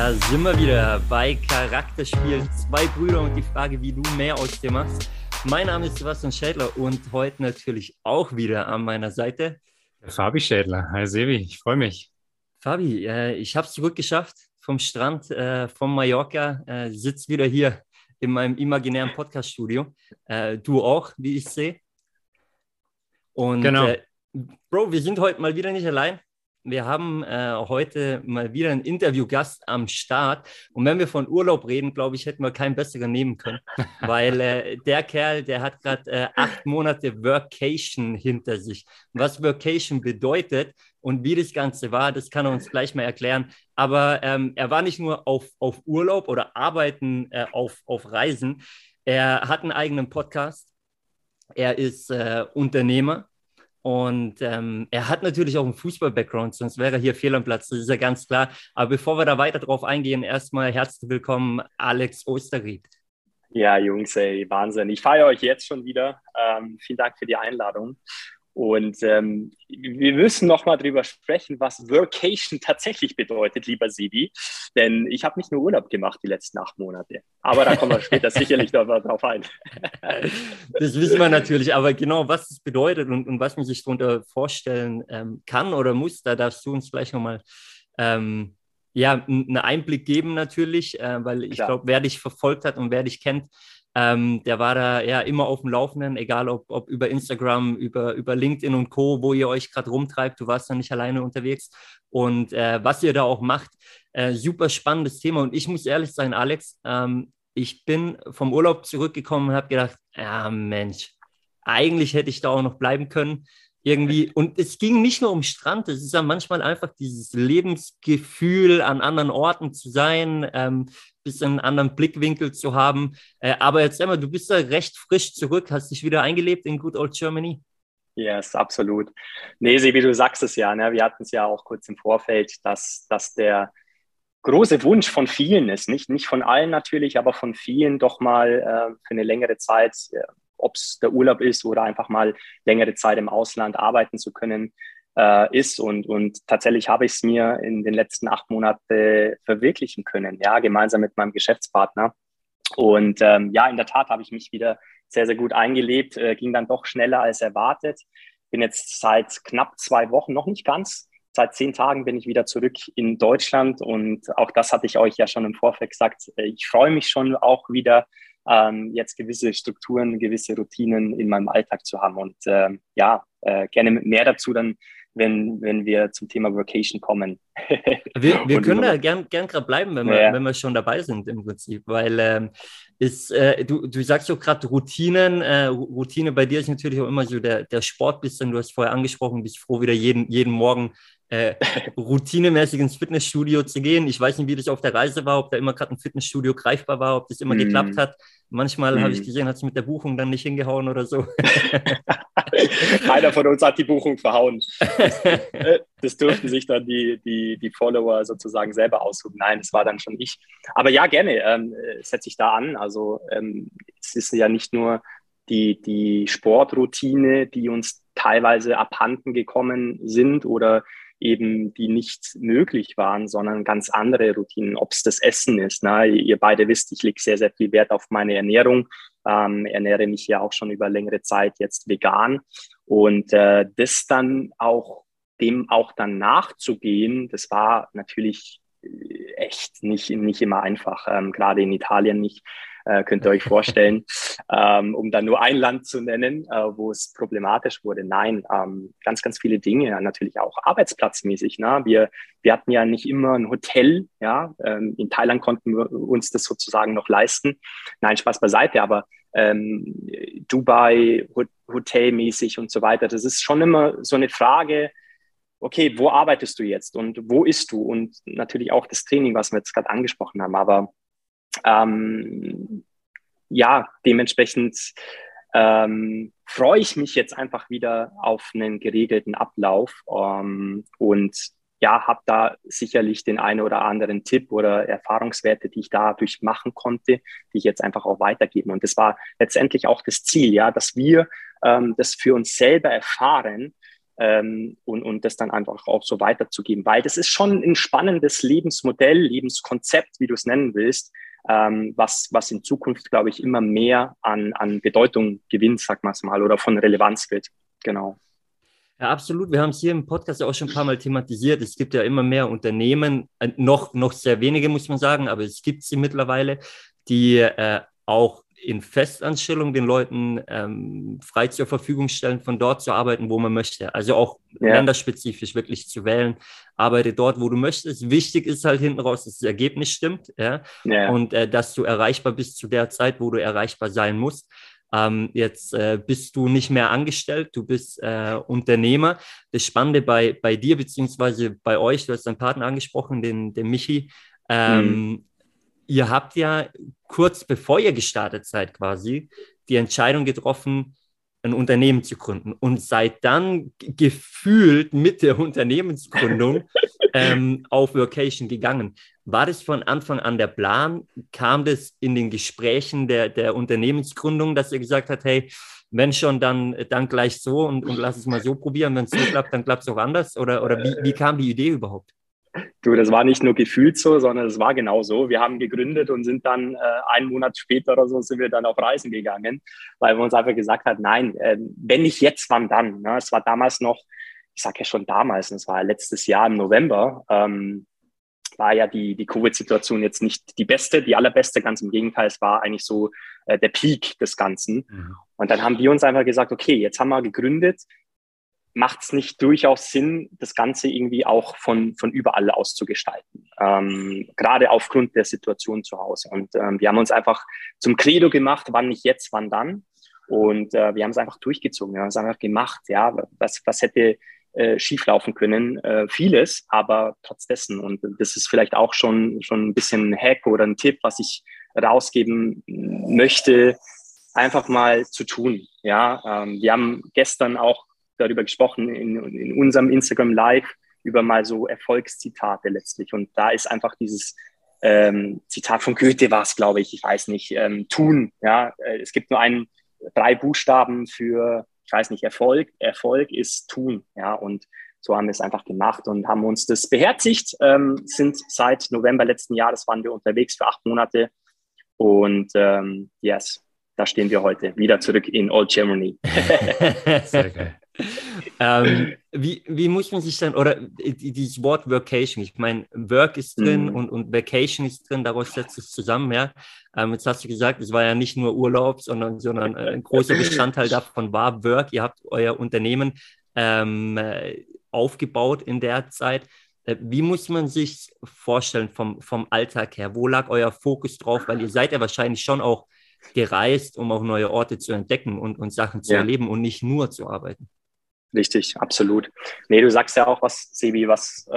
Da sind wir wieder bei Charakterspiel, zwei Brüder und die Frage, wie du mehr aus dir machst. Mein Name ist Sebastian Schädler und heute natürlich auch wieder an meiner Seite Fabi Schädler. Hi Sebi, ich freue mich. Fabi. Ich habe es zurückgeschafft vom Strand von Mallorca, sitze wieder hier in meinem imaginären Podcast-Studio. Du auch, wie ich sehe. Und Genau. Bro, wir sind heute mal wieder nicht allein. Wir haben heute mal wieder einen Interviewgast am Start. Und wenn wir von Urlaub reden, glaube ich, hätten wir keinen besseren nehmen können. Weil der Kerl, der hat gerade 8 Monate Workation hinter sich. Und was Workation bedeutet und wie das Ganze war, das kann er uns gleich mal erklären. Aber er war nicht nur auf Urlaub oder Arbeiten auf Reisen. Er hat einen eigenen Podcast. Er ist Unternehmer. Und er hat natürlich auch einen Fußball-Background, sonst wäre er hier fehl am Platz, das ist ja ganz klar. Aber bevor wir da weiter drauf eingehen, erstmal herzlich willkommen, Alex Osterried. Ja, Jungs, ey, Wahnsinn. Ich feiere euch jetzt schon wieder. Vielen Dank für die Einladung. Und wir müssen noch mal drüber sprechen, was Workation tatsächlich bedeutet, lieber Sibi. Denn ich habe nicht nur Urlaub gemacht die letzten 8 Monate. Aber da kommen wir später sicherlich noch mal drauf ein. Das wissen wir natürlich. Aber genau, was es bedeutet und was man sich darunter vorstellen kann oder muss, da darfst du uns gleich nochmal einen Einblick geben natürlich. Weil ich glaube, wer dich verfolgt hat und wer dich kennt, der war da ja immer auf dem Laufenden, egal ob über Instagram, über LinkedIn und Co., wo ihr euch gerade rumtreibt. Du warst da nicht alleine unterwegs. Und was ihr da auch macht, super spannendes Thema. Und ich muss ehrlich sein, Alex, ich bin vom Urlaub zurückgekommen und habe gedacht, ja Mensch, eigentlich hätte ich da auch noch bleiben können. Irgendwie. Und es ging nicht nur um Strand, es ist ja manchmal einfach dieses Lebensgefühl, an anderen Orten zu sein, bisschen einen anderen Blickwinkel zu haben. Aber jetzt einmal, du bist da recht frisch zurück, hast dich wieder eingelebt in Good Old Germany. Yes, absolut. Nee, wie du sagst es ja, ne? Wir hatten es ja auch kurz im Vorfeld, dass der große Wunsch von vielen ist, nicht von allen natürlich, aber von vielen doch mal für eine längere Zeit, ob es der Urlaub ist oder einfach mal längere Zeit im Ausland arbeiten zu können, ist. Und tatsächlich habe ich es mir in den letzten 8 Monaten verwirklichen können, ja, gemeinsam mit meinem Geschäftspartner. Und in der Tat habe ich mich wieder sehr, sehr gut eingelebt, ging dann doch schneller als erwartet. Bin jetzt seit knapp 2 Wochen, noch nicht ganz, seit 10 Tagen bin ich wieder zurück in Deutschland. Und auch das hatte ich euch ja schon im Vorfeld gesagt. Ich freue mich schon auch wieder, jetzt gewisse Strukturen, gewisse Routinen in meinem Alltag zu haben. Und gerne mehr dazu dann, wenn wir zum Thema Workation kommen. Wir können da gern gerade bleiben, wenn wir schon dabei sind im Prinzip, weil du sagst so gerade Routinen. Routine bei dir ist natürlich auch immer so der Sport bisschen. Du hast vorher angesprochen, bist froh, wieder jeden Morgen routinemäßig ins Fitnessstudio zu gehen. Ich weiß nicht, wie das auf der Reise war, ob da immer gerade ein Fitnessstudio greifbar war, ob das immer geklappt hat. Manchmal habe ich gesehen, hat es mit der Buchung dann nicht hingehauen oder so. Einer von uns hat die Buchung verhauen. Das durften sich dann die Follower sozusagen selber aussuchen. Nein, das war dann schon ich. Aber ja, gerne setze ich da an. Also es ist ja nicht nur die Sportroutine, die uns teilweise abhanden gekommen sind oder eben die nicht möglich waren, sondern ganz andere Routinen, ob es das Essen ist. Ne? Ihr beide wisst, ich lege sehr, sehr viel Wert auf meine Ernährung, ernähre mich ja auch schon über längere Zeit jetzt vegan und das dann auch, dem auch dann nachzugehen, das war natürlich echt nicht immer einfach, gerade in Italien nicht. Könnt ihr euch vorstellen, um dann nur ein Land zu nennen, wo es problematisch wurde. Nein, ganz, ganz viele Dinge, natürlich auch arbeitsplatzmäßig. Ne? Wir hatten ja nicht immer ein Hotel. Ja? In Thailand konnten wir uns das sozusagen noch leisten. Nein, Spaß beiseite, aber Dubai, hotelmäßig und so weiter, das ist schon immer so eine Frage, okay, wo arbeitest du jetzt und wo isst du? Und natürlich auch das Training, was wir jetzt gerade angesprochen haben, aber dementsprechend freue ich mich jetzt einfach wieder auf einen geregelten Ablauf und habe da sicherlich den einen oder anderen Tipp oder Erfahrungswerte, die ich dadurch machen konnte, die ich jetzt einfach auch weitergeben. Und das war letztendlich auch das Ziel, ja, dass wir das für uns selber erfahren, und das dann einfach auch so weiterzugeben. Weil das ist schon ein spannendes Lebensmodell, Lebenskonzept, wie du es nennen willst, was in Zukunft, glaube ich, immer mehr an Bedeutung gewinnt, sag mal mal, oder von Relevanz wird. Genau. Ja, absolut. Wir haben es hier im Podcast ja auch schon ein paar Mal thematisiert. Es gibt ja immer mehr Unternehmen, noch sehr wenige, muss man sagen, aber es gibt sie mittlerweile, die auch in Festanstellung den Leuten frei zur Verfügung stellen, von dort zu arbeiten, wo man möchte. Also auch länderspezifisch wirklich zu wählen. Arbeite dort, wo du möchtest. Wichtig ist halt hinten raus, dass das Ergebnis stimmt, ja? Und dass du erreichbar bist zu der Zeit, wo du erreichbar sein musst. Jetzt bist du nicht mehr angestellt, du bist Unternehmer. Das Spannende bei dir beziehungsweise bei euch, du hast deinen Partner angesprochen, den Michi, ihr habt ja kurz bevor ihr gestartet seid quasi die Entscheidung getroffen, ein Unternehmen zu gründen und seid dann gefühlt mit der Unternehmensgründung auf Workation gegangen. War das von Anfang an der Plan? Kam das in den Gesprächen der Unternehmensgründung, dass ihr gesagt habt, hey, wenn schon, dann gleich so und lass es mal so probieren. Wenn es so klappt, dann klappt es auch anders? Oder wie kam die Idee überhaupt? Du, das war nicht nur gefühlt so, sondern es war genau so. Wir haben gegründet und sind dann einen Monat später oder so sind wir dann auf Reisen gegangen, weil wir uns einfach gesagt haben, nein, wenn nicht jetzt, wann dann? Ne? Es war damals noch, ich sage ja schon damals, es war letztes Jahr im November, war ja die Covid-Situation jetzt nicht die beste, die allerbeste, ganz im Gegenteil, es war eigentlich so der Peak des Ganzen. Und dann haben wir uns einfach gesagt, okay, jetzt haben wir gegründet, macht es nicht durchaus Sinn, das Ganze irgendwie auch von überall aus zu gestalten, gerade aufgrund der Situation zu Hause. Und wir haben uns einfach zum Credo gemacht, wann nicht jetzt, wann dann. Und wir haben es einfach durchgezogen, wir haben es einfach gemacht. Ja, was hätte schieflaufen können? Vieles, aber trotz dessen. Und das ist vielleicht auch schon ein bisschen ein Hack oder ein Tipp, was ich rausgeben möchte, einfach mal zu tun. Ja, wir haben gestern auch darüber gesprochen in unserem Instagram Live über mal so Erfolgszitate letztlich. Und da ist einfach dieses Zitat von Goethe war es, glaube ich weiß nicht, tun. Ja, es gibt nur 3 Buchstaben für, ich weiß nicht, Erfolg. Erfolg ist tun. Ja, und so haben wir es einfach gemacht und haben uns das beherzigt, sind seit November letzten Jahres waren wir unterwegs für 8 Monate und yes, da stehen wir heute wieder zurück in Old Germany. Sehr geil. Wie muss man sich dann, oder dieses Wort Workation, ich meine, Work ist drin und Vacation ist drin, daraus setzt es zusammen, ja. Jetzt hast du gesagt, es war ja nicht nur Urlaub, sondern ein großer Bestandteil davon war Work. Ihr habt euer Unternehmen aufgebaut in der Zeit. Wie muss man sich vorstellen vom Alltag her? Wo lag euer Fokus drauf? Weil ihr seid ja wahrscheinlich schon auch gereist, um auch neue Orte zu entdecken und Sachen zu erleben und nicht nur zu arbeiten. Richtig, absolut. Nee, du sagst ja auch was, Sebi, was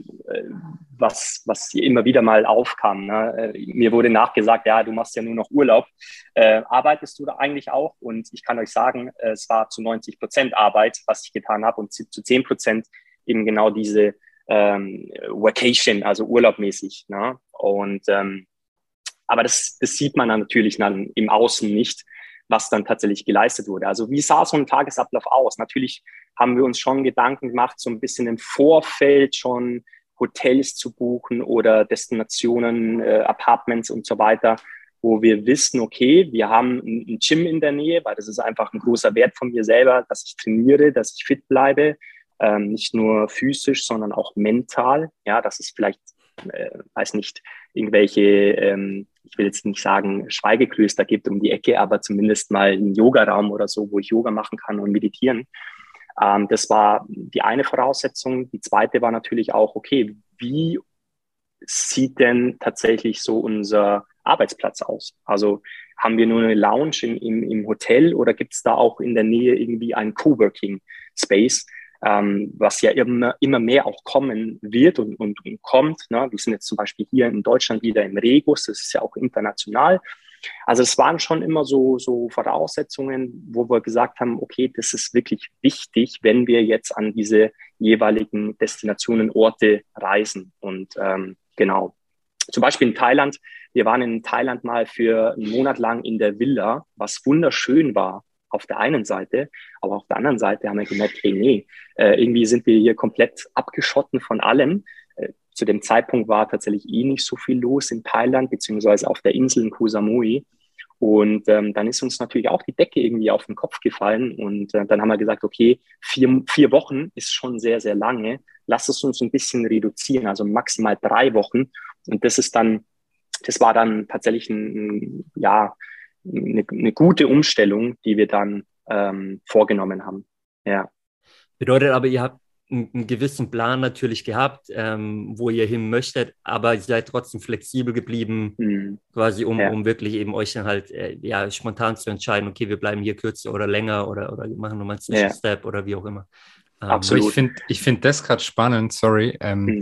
hier immer wieder mal aufkam. Ne? Mir wurde nachgesagt, ja, du machst ja nur noch Urlaub. Arbeitest du da eigentlich auch? Und ich kann euch sagen, es war zu 90% Arbeit, was ich getan habe, und zu 10% eben genau diese Vacation, also urlaubmäßig. Ne? Und aber das sieht man dann natürlich dann im Außen nicht, was dann tatsächlich geleistet wurde. Also wie sah so ein Tagesablauf aus? Natürlich haben wir uns schon Gedanken gemacht, so ein bisschen im Vorfeld schon Hotels zu buchen oder Destinationen, Apartments und so weiter, wo wir wissen, okay, wir haben ein Gym in der Nähe, weil das ist einfach ein großer Wert von mir selber, dass ich trainiere, dass ich fit bleibe, nicht nur physisch, sondern auch mental. Ja, dass es vielleicht, weiß nicht, irgendwelche ich will jetzt nicht sagen Schweigeklöster gibt um die Ecke, aber zumindest mal einen Yogaraum oder so, wo ich Yoga machen kann und meditieren. Das war die eine Voraussetzung. Die zweite war natürlich auch, okay, wie sieht denn tatsächlich so unser Arbeitsplatz aus? Also haben wir nur eine Lounge im Hotel oder gibt es da auch in der Nähe irgendwie einen Coworking Space? Was ja immer mehr auch kommen wird und kommt. Ne? Wir sind jetzt zum Beispiel hier in Deutschland wieder im Regus, das ist ja auch international. Also es waren schon immer so Voraussetzungen, wo wir gesagt haben, okay, das ist wirklich wichtig, wenn wir jetzt an diese jeweiligen Destinationen, Orte reisen. Und genau, zum Beispiel in Thailand. Wir waren in Thailand mal für einen Monat lang in der Villa, was wunderschön war. auf der einen Seite, aber auf der anderen Seite haben wir gemerkt, hey, nee, irgendwie sind wir hier komplett abgeschotten von allem. Zu dem Zeitpunkt war tatsächlich nicht so viel los in Thailand, beziehungsweise auf der Insel in Koh Samui. Und dann ist uns natürlich auch die Decke irgendwie auf den Kopf gefallen. Und dann haben wir gesagt, okay, 4 Wochen ist schon sehr, sehr lange. Lass es uns ein bisschen reduzieren, also maximal 3 Wochen. Und das war dann tatsächlich eine gute Umstellung, die wir dann vorgenommen haben. Ja. Bedeutet aber, ihr habt einen gewissen Plan natürlich gehabt, wo ihr hin möchtet, aber ihr seid trotzdem flexibel geblieben, quasi um wirklich eben euch dann halt spontan zu entscheiden, okay, wir bleiben hier kürzer oder länger oder machen nochmal einen Zwischenstep oder wie auch immer. Absolut. Ich finde das gerade spannend, sorry,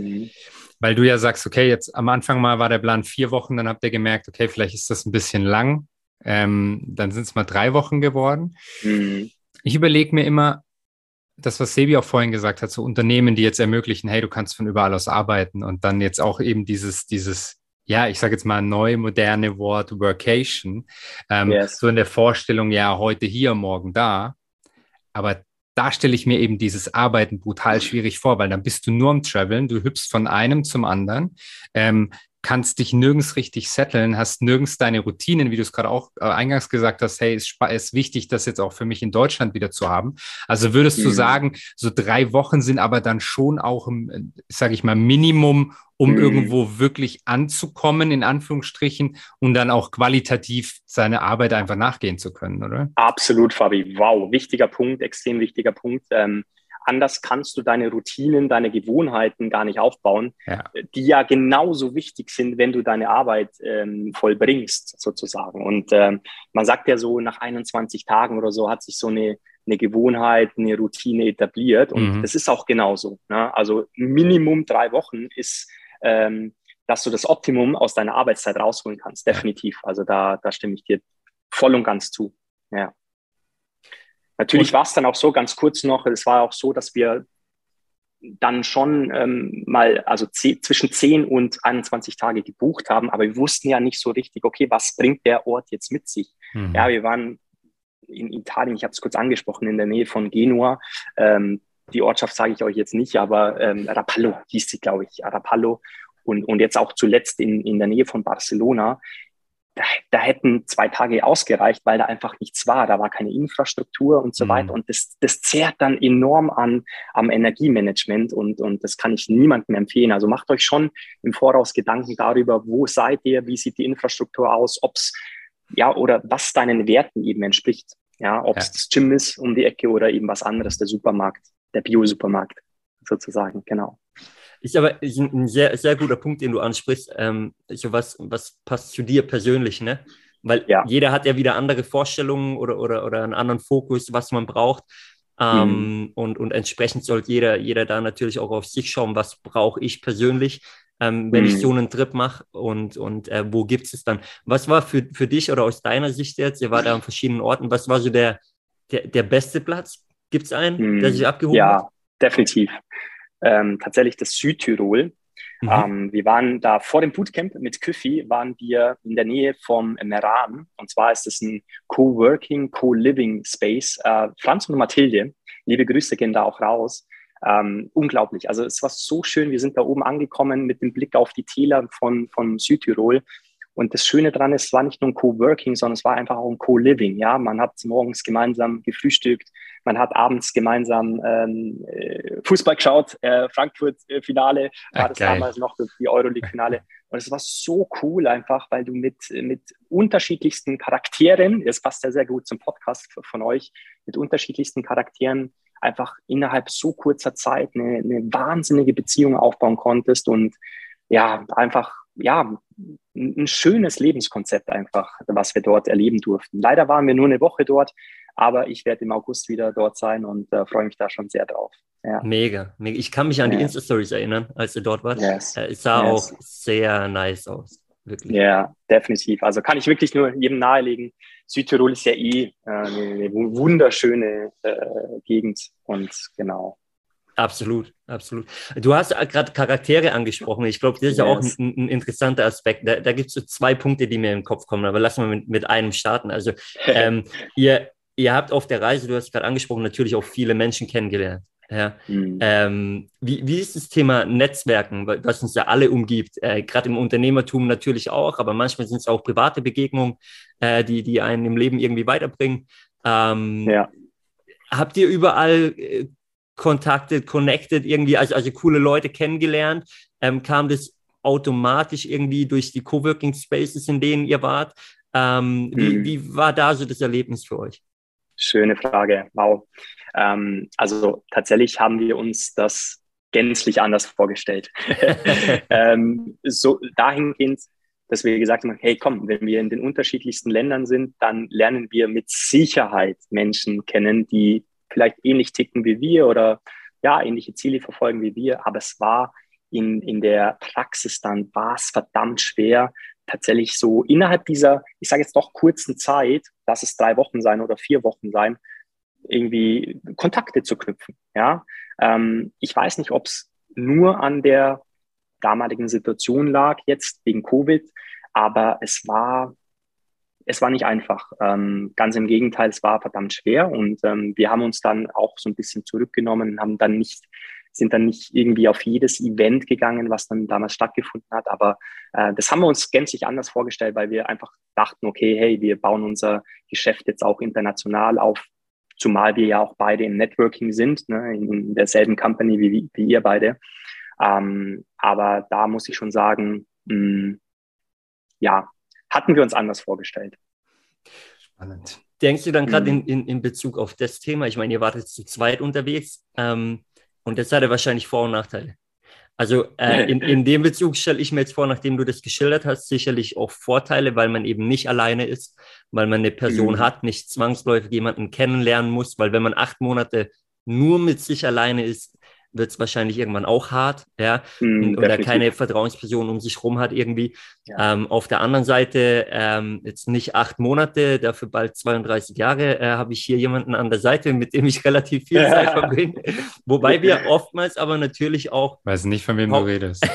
weil du ja sagst, okay, jetzt am Anfang mal war der Plan 4 Wochen, dann habt ihr gemerkt, okay, vielleicht ist das ein bisschen lang, dann sind es mal 3 Wochen geworden. Ich überlege mir immer, das, was Sebi auch vorhin gesagt hat, so Unternehmen, die jetzt ermöglichen, hey, du kannst von überall aus arbeiten und dann jetzt auch eben dieses, ja, ich sage jetzt mal neu, moderne Wort Workation, so in der Vorstellung, ja, heute hier, morgen da, aber da stelle ich mir eben dieses Arbeiten brutal schwierig vor, weil dann bist du nur am Traveln, du hüpfst von einem zum anderen, kannst dich nirgends richtig setteln, hast nirgends deine Routinen, wie du es gerade auch eingangs gesagt hast, hey, ist wichtig, das jetzt auch für mich in Deutschland wieder zu haben. Also würdest du sagen, so 3 Wochen sind aber dann schon auch, sage ich mal, Minimum, um irgendwo wirklich anzukommen, in Anführungsstrichen, und dann auch qualitativ seine Arbeit einfach nachgehen zu können, oder? Absolut, Fabi. Wow, wichtiger Punkt, extrem wichtiger Punkt. Anders kannst du deine Routinen, deine Gewohnheiten gar nicht aufbauen, die ja genauso wichtig sind, wenn du deine Arbeit vollbringst, sozusagen. Und man sagt ja so, nach 21 Tagen oder so hat sich so eine Gewohnheit, eine Routine etabliert. Und das ist auch genauso. Ne? Also Minimum 3 Wochen ist, dass du das Optimum aus deiner Arbeitszeit rausholen kannst. Definitiv. Also da stimme ich dir voll und ganz zu. Ja. Natürlich war es dann auch so, ganz kurz noch, es war auch so, dass wir dann schon zwischen 10 und 21 Tage gebucht haben, aber wir wussten ja nicht so richtig, okay, was bringt der Ort jetzt mit sich? Ja, wir waren in Italien, ich habe es kurz angesprochen, in der Nähe von Genua. Die Ortschaft sage ich euch jetzt nicht, aber Rapallo hieß sie, glaube ich, Rapallo. Und jetzt auch zuletzt in der Nähe von Barcelona. Da hätten 2 Tage ausgereicht, weil da einfach nichts war. Da war keine Infrastruktur und so weiter. Und das zehrt dann enorm am Energiemanagement und das kann ich niemandem empfehlen. Also macht euch schon im Voraus Gedanken darüber, wo seid ihr, wie sieht die Infrastruktur aus, oder was deinen Werten eben entspricht. Ja, ob es das Gym ist um die Ecke oder eben was anderes, der Supermarkt, der Bio-Supermarkt sozusagen, genau. Ist aber ein sehr, sehr guter Punkt, den du ansprichst. So was passt zu dir persönlich, ne? Weil jeder hat ja wieder andere Vorstellungen oder einen anderen Fokus, was man braucht. Und entsprechend sollte jeder da natürlich auch auf sich schauen, was brauche ich persönlich, wenn ich so einen Trip mache und wo gibt es dann? Was war für dich oder aus deiner Sicht jetzt, ihr wart da an verschiedenen Orten, was war so der beste Platz? Gibt es einen, der sich abgehoben hat? Ja, definitiv. Tatsächlich das Südtirol. Wir waren da vor dem Bootcamp mit Küffi, waren wir in der Nähe vom Meran. Und zwar ist es ein Coworking, Co-Living Space. Franz und Mathilde, liebe Grüße gehen da auch raus. Unglaublich. Also es war so schön. Wir sind da oben angekommen mit dem Blick auf die Täler von Südtirol. Und das Schöne daran ist, es war nicht nur ein Coworking, sondern es war einfach auch ein Co-Living. Ja, man hat morgens gemeinsam gefrühstückt, man hat abends gemeinsam Fußball geschaut. Frankfurt-Finale war das damals noch, die Euroleague-Finale. Und es war so cool einfach, weil du mit unterschiedlichsten Charakteren, das passt ja sehr gut zum Podcast von euch, mit unterschiedlichsten Charakteren einfach innerhalb so kurzer Zeit eine wahnsinnige Beziehung aufbauen konntest und einfach ein schönes Lebenskonzept einfach, was wir dort erleben durften. Leider waren wir nur eine Woche dort, aber ich werde im August wieder dort sein und freue mich da schon sehr drauf. Ja. Mega. Ich kann mich an die Insta-Stories erinnern, als du dort warst. Es sah auch sehr nice aus. Wirklich. Ja, definitiv. Also kann ich wirklich nur jedem nahelegen. Südtirol ist ja eine wunderschöne Gegend und genau. Absolut. Du hast gerade Charaktere angesprochen. Ich glaube, das ist ja auch ein interessanter Aspekt. Da gibt es so 2 Punkte, die mir in den Kopf kommen, aber lassen wir mit einem starten. Also ihr ihr habt auf der Reise, du hast gerade angesprochen, natürlich auch viele Menschen kennengelernt. Ja. Wie ist das Thema Netzwerken, was uns ja alle umgibt, gerade im Unternehmertum natürlich auch, aber manchmal sind es auch private Begegnungen, die einen im Leben irgendwie weiterbringen. Habt ihr überall connected irgendwie, also coole Leute kennengelernt? Kam das automatisch irgendwie durch die Coworking Spaces, in denen ihr wart? Wie war da so das Erlebnis für euch? Schöne Frage, wow. Also tatsächlich haben wir uns das gänzlich anders vorgestellt. So dahingehend, dass wir gesagt haben, hey komm, wenn wir in den unterschiedlichsten Ländern sind, dann lernen wir mit Sicherheit Menschen kennen, die vielleicht ähnlich ticken wie wir oder ja, ähnliche Ziele verfolgen wie wir. Aber es war in der Praxis dann, war es verdammt schwer, tatsächlich so innerhalb dieser, ich sage jetzt doch kurzen Zeit, lass es 3 Wochen sein oder 4 Wochen sein, irgendwie Kontakte zu knüpfen. Ja? Ich weiß nicht, ob es nur an der damaligen Situation lag, jetzt wegen Covid, aber es war nicht einfach. Ganz im Gegenteil, es war verdammt schwer und wir haben uns dann auch so ein bisschen zurückgenommen, sind dann nicht irgendwie auf jedes Event gegangen, was dann damals stattgefunden hat, aber das haben wir uns gänzlich anders vorgestellt, weil wir einfach dachten, okay, hey, wir bauen unser Geschäft jetzt auch international auf, zumal wir ja auch beide im Networking sind, ne, in derselben Company wie ihr beide. Aber da muss ich schon sagen, ja, hatten wir uns anders vorgestellt. Spannend. Denkst du dann gerade in Bezug auf das Thema, ich meine, ihr wart jetzt zu zweit unterwegs und das hatte wahrscheinlich Vor- und Nachteile. Also in dem Bezug stelle ich mir jetzt vor, nachdem du das geschildert hast, sicherlich auch Vorteile, weil man eben nicht alleine ist, weil man eine Person hat, nicht zwangsläufig jemanden kennenlernen muss, weil wenn man 8 Monate nur mit sich alleine ist, wird es wahrscheinlich irgendwann auch hart, ja, und er keine Vertrauensperson um sich rum hat irgendwie. Ja. Auf der anderen Seite jetzt nicht 8 Monate, dafür bald 32 Jahre habe ich hier jemanden an der Seite, mit dem ich relativ viel Zeit verbringe. Wobei wir oftmals aber natürlich auch... Weiß nicht, von wem du redest.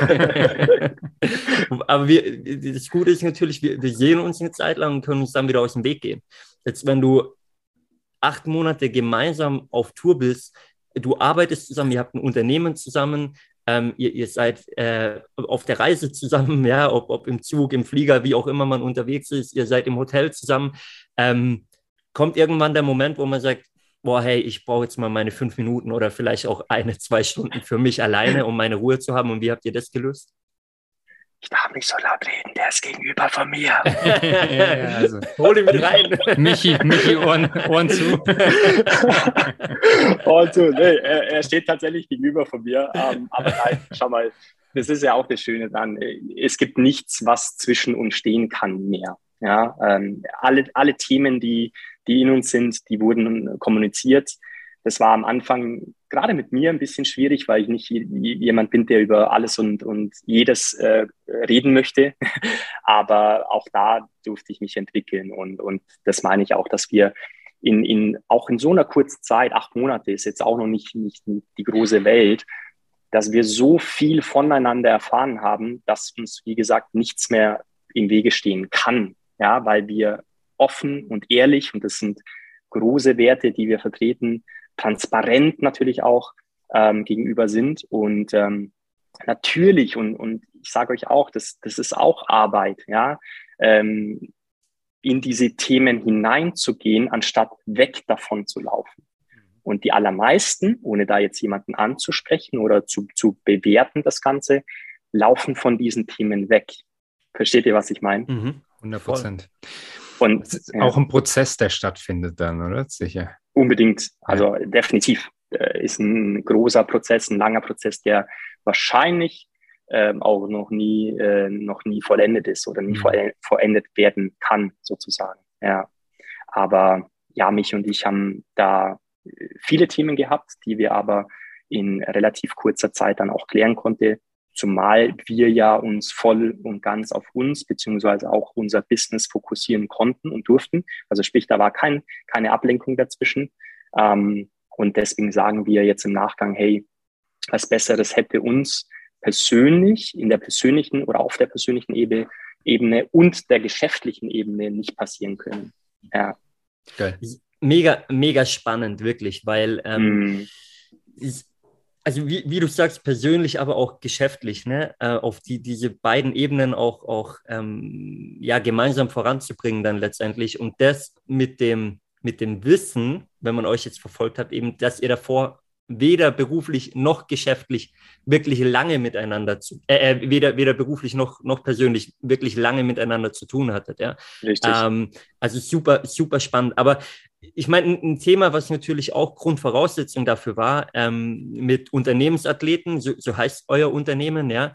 Aber das Gute ist natürlich, wir sehen uns eine Zeit lang und können uns dann wieder aus dem Weg gehen. Jetzt, wenn du 8 Monate gemeinsam auf Tour bist, du arbeitest zusammen, ihr habt ein Unternehmen zusammen, ihr seid auf der Reise zusammen, ja, ob im Zug, im Flieger, wie auch immer man unterwegs ist, ihr seid im Hotel zusammen. Kommt irgendwann der Moment, wo man sagt, boah, hey, ich brauche jetzt mal meine 5 Minuten oder vielleicht auch 1, 2 Stunden für mich alleine, um meine Ruhe zu haben. Und wie habt ihr das gelöst? Ich darf nicht so laut reden, der ist gegenüber von mir. Ja, also. Hol ihn mit rein. Michi, Ohren zu. Ohren zu, nee, er steht tatsächlich gegenüber von mir. Aber nein, schau mal, das ist ja auch das Schöne dran. Es gibt nichts, was zwischen uns stehen kann mehr. Ja, alle Themen, die in uns sind, die wurden kommuniziert. Das war am Anfang gerade mit mir ein bisschen schwierig, weil ich nicht jemand bin, der über alles und jedes reden möchte. Aber auch da durfte ich mich entwickeln. Und das meine ich auch, dass wir auch in so einer kurzen Zeit, 8 Monate ist jetzt auch noch nicht die große Welt, dass wir so viel voneinander erfahren haben, dass uns, wie gesagt, nichts mehr im Wege stehen kann. Ja, weil wir offen und ehrlich, und das sind große Werte, die wir vertreten, transparent natürlich auch gegenüber sind. Und natürlich, und ich sage euch auch, das ist auch Arbeit, ja, in diese Themen hineinzugehen, anstatt weg davon zu laufen. Und die allermeisten, ohne da jetzt jemanden anzusprechen oder zu bewerten, das Ganze, laufen von diesen Themen weg. Versteht ihr, was ich meine? 100%. Und das ist auch ein Prozess, der stattfindet dann, oder? Sicher. Unbedingt. Also definitiv ist ein großer Prozess, ein langer Prozess, der wahrscheinlich auch noch nie vollendet ist oder nie vollendet werden kann, sozusagen. Ja. Aber ja, mich und ich haben da viele Themen gehabt, die wir aber in relativ kurzer Zeit dann auch klären konnten. Zumal wir ja uns voll und ganz auf uns beziehungsweise auch unser Business fokussieren konnten und durften. Also sprich, da war keine Ablenkung dazwischen. Und deswegen sagen wir jetzt im Nachgang, hey, was Besseres hätte uns persönlich, in der persönlichen oder auf der persönlichen Ebene und der geschäftlichen Ebene nicht passieren können. Ja. Geil. mega, mega spannend, wirklich, weil also wie du sagst, persönlich, aber auch geschäftlich, ne, auf diese beiden Ebenen auch ja, gemeinsam voranzubringen dann letztendlich. Und das mit dem Wissen, wenn man euch jetzt verfolgt hat, eben, dass ihr davor weder beruflich noch geschäftlich wirklich lange miteinander weder beruflich noch persönlich wirklich lange miteinander zu tun hattet, ja. Richtig. Also super, super spannend. Aber ich meine, ein Thema, was natürlich auch Grundvoraussetzung dafür war, mit Unternehmensathleten, so heißt euer Unternehmen, ja,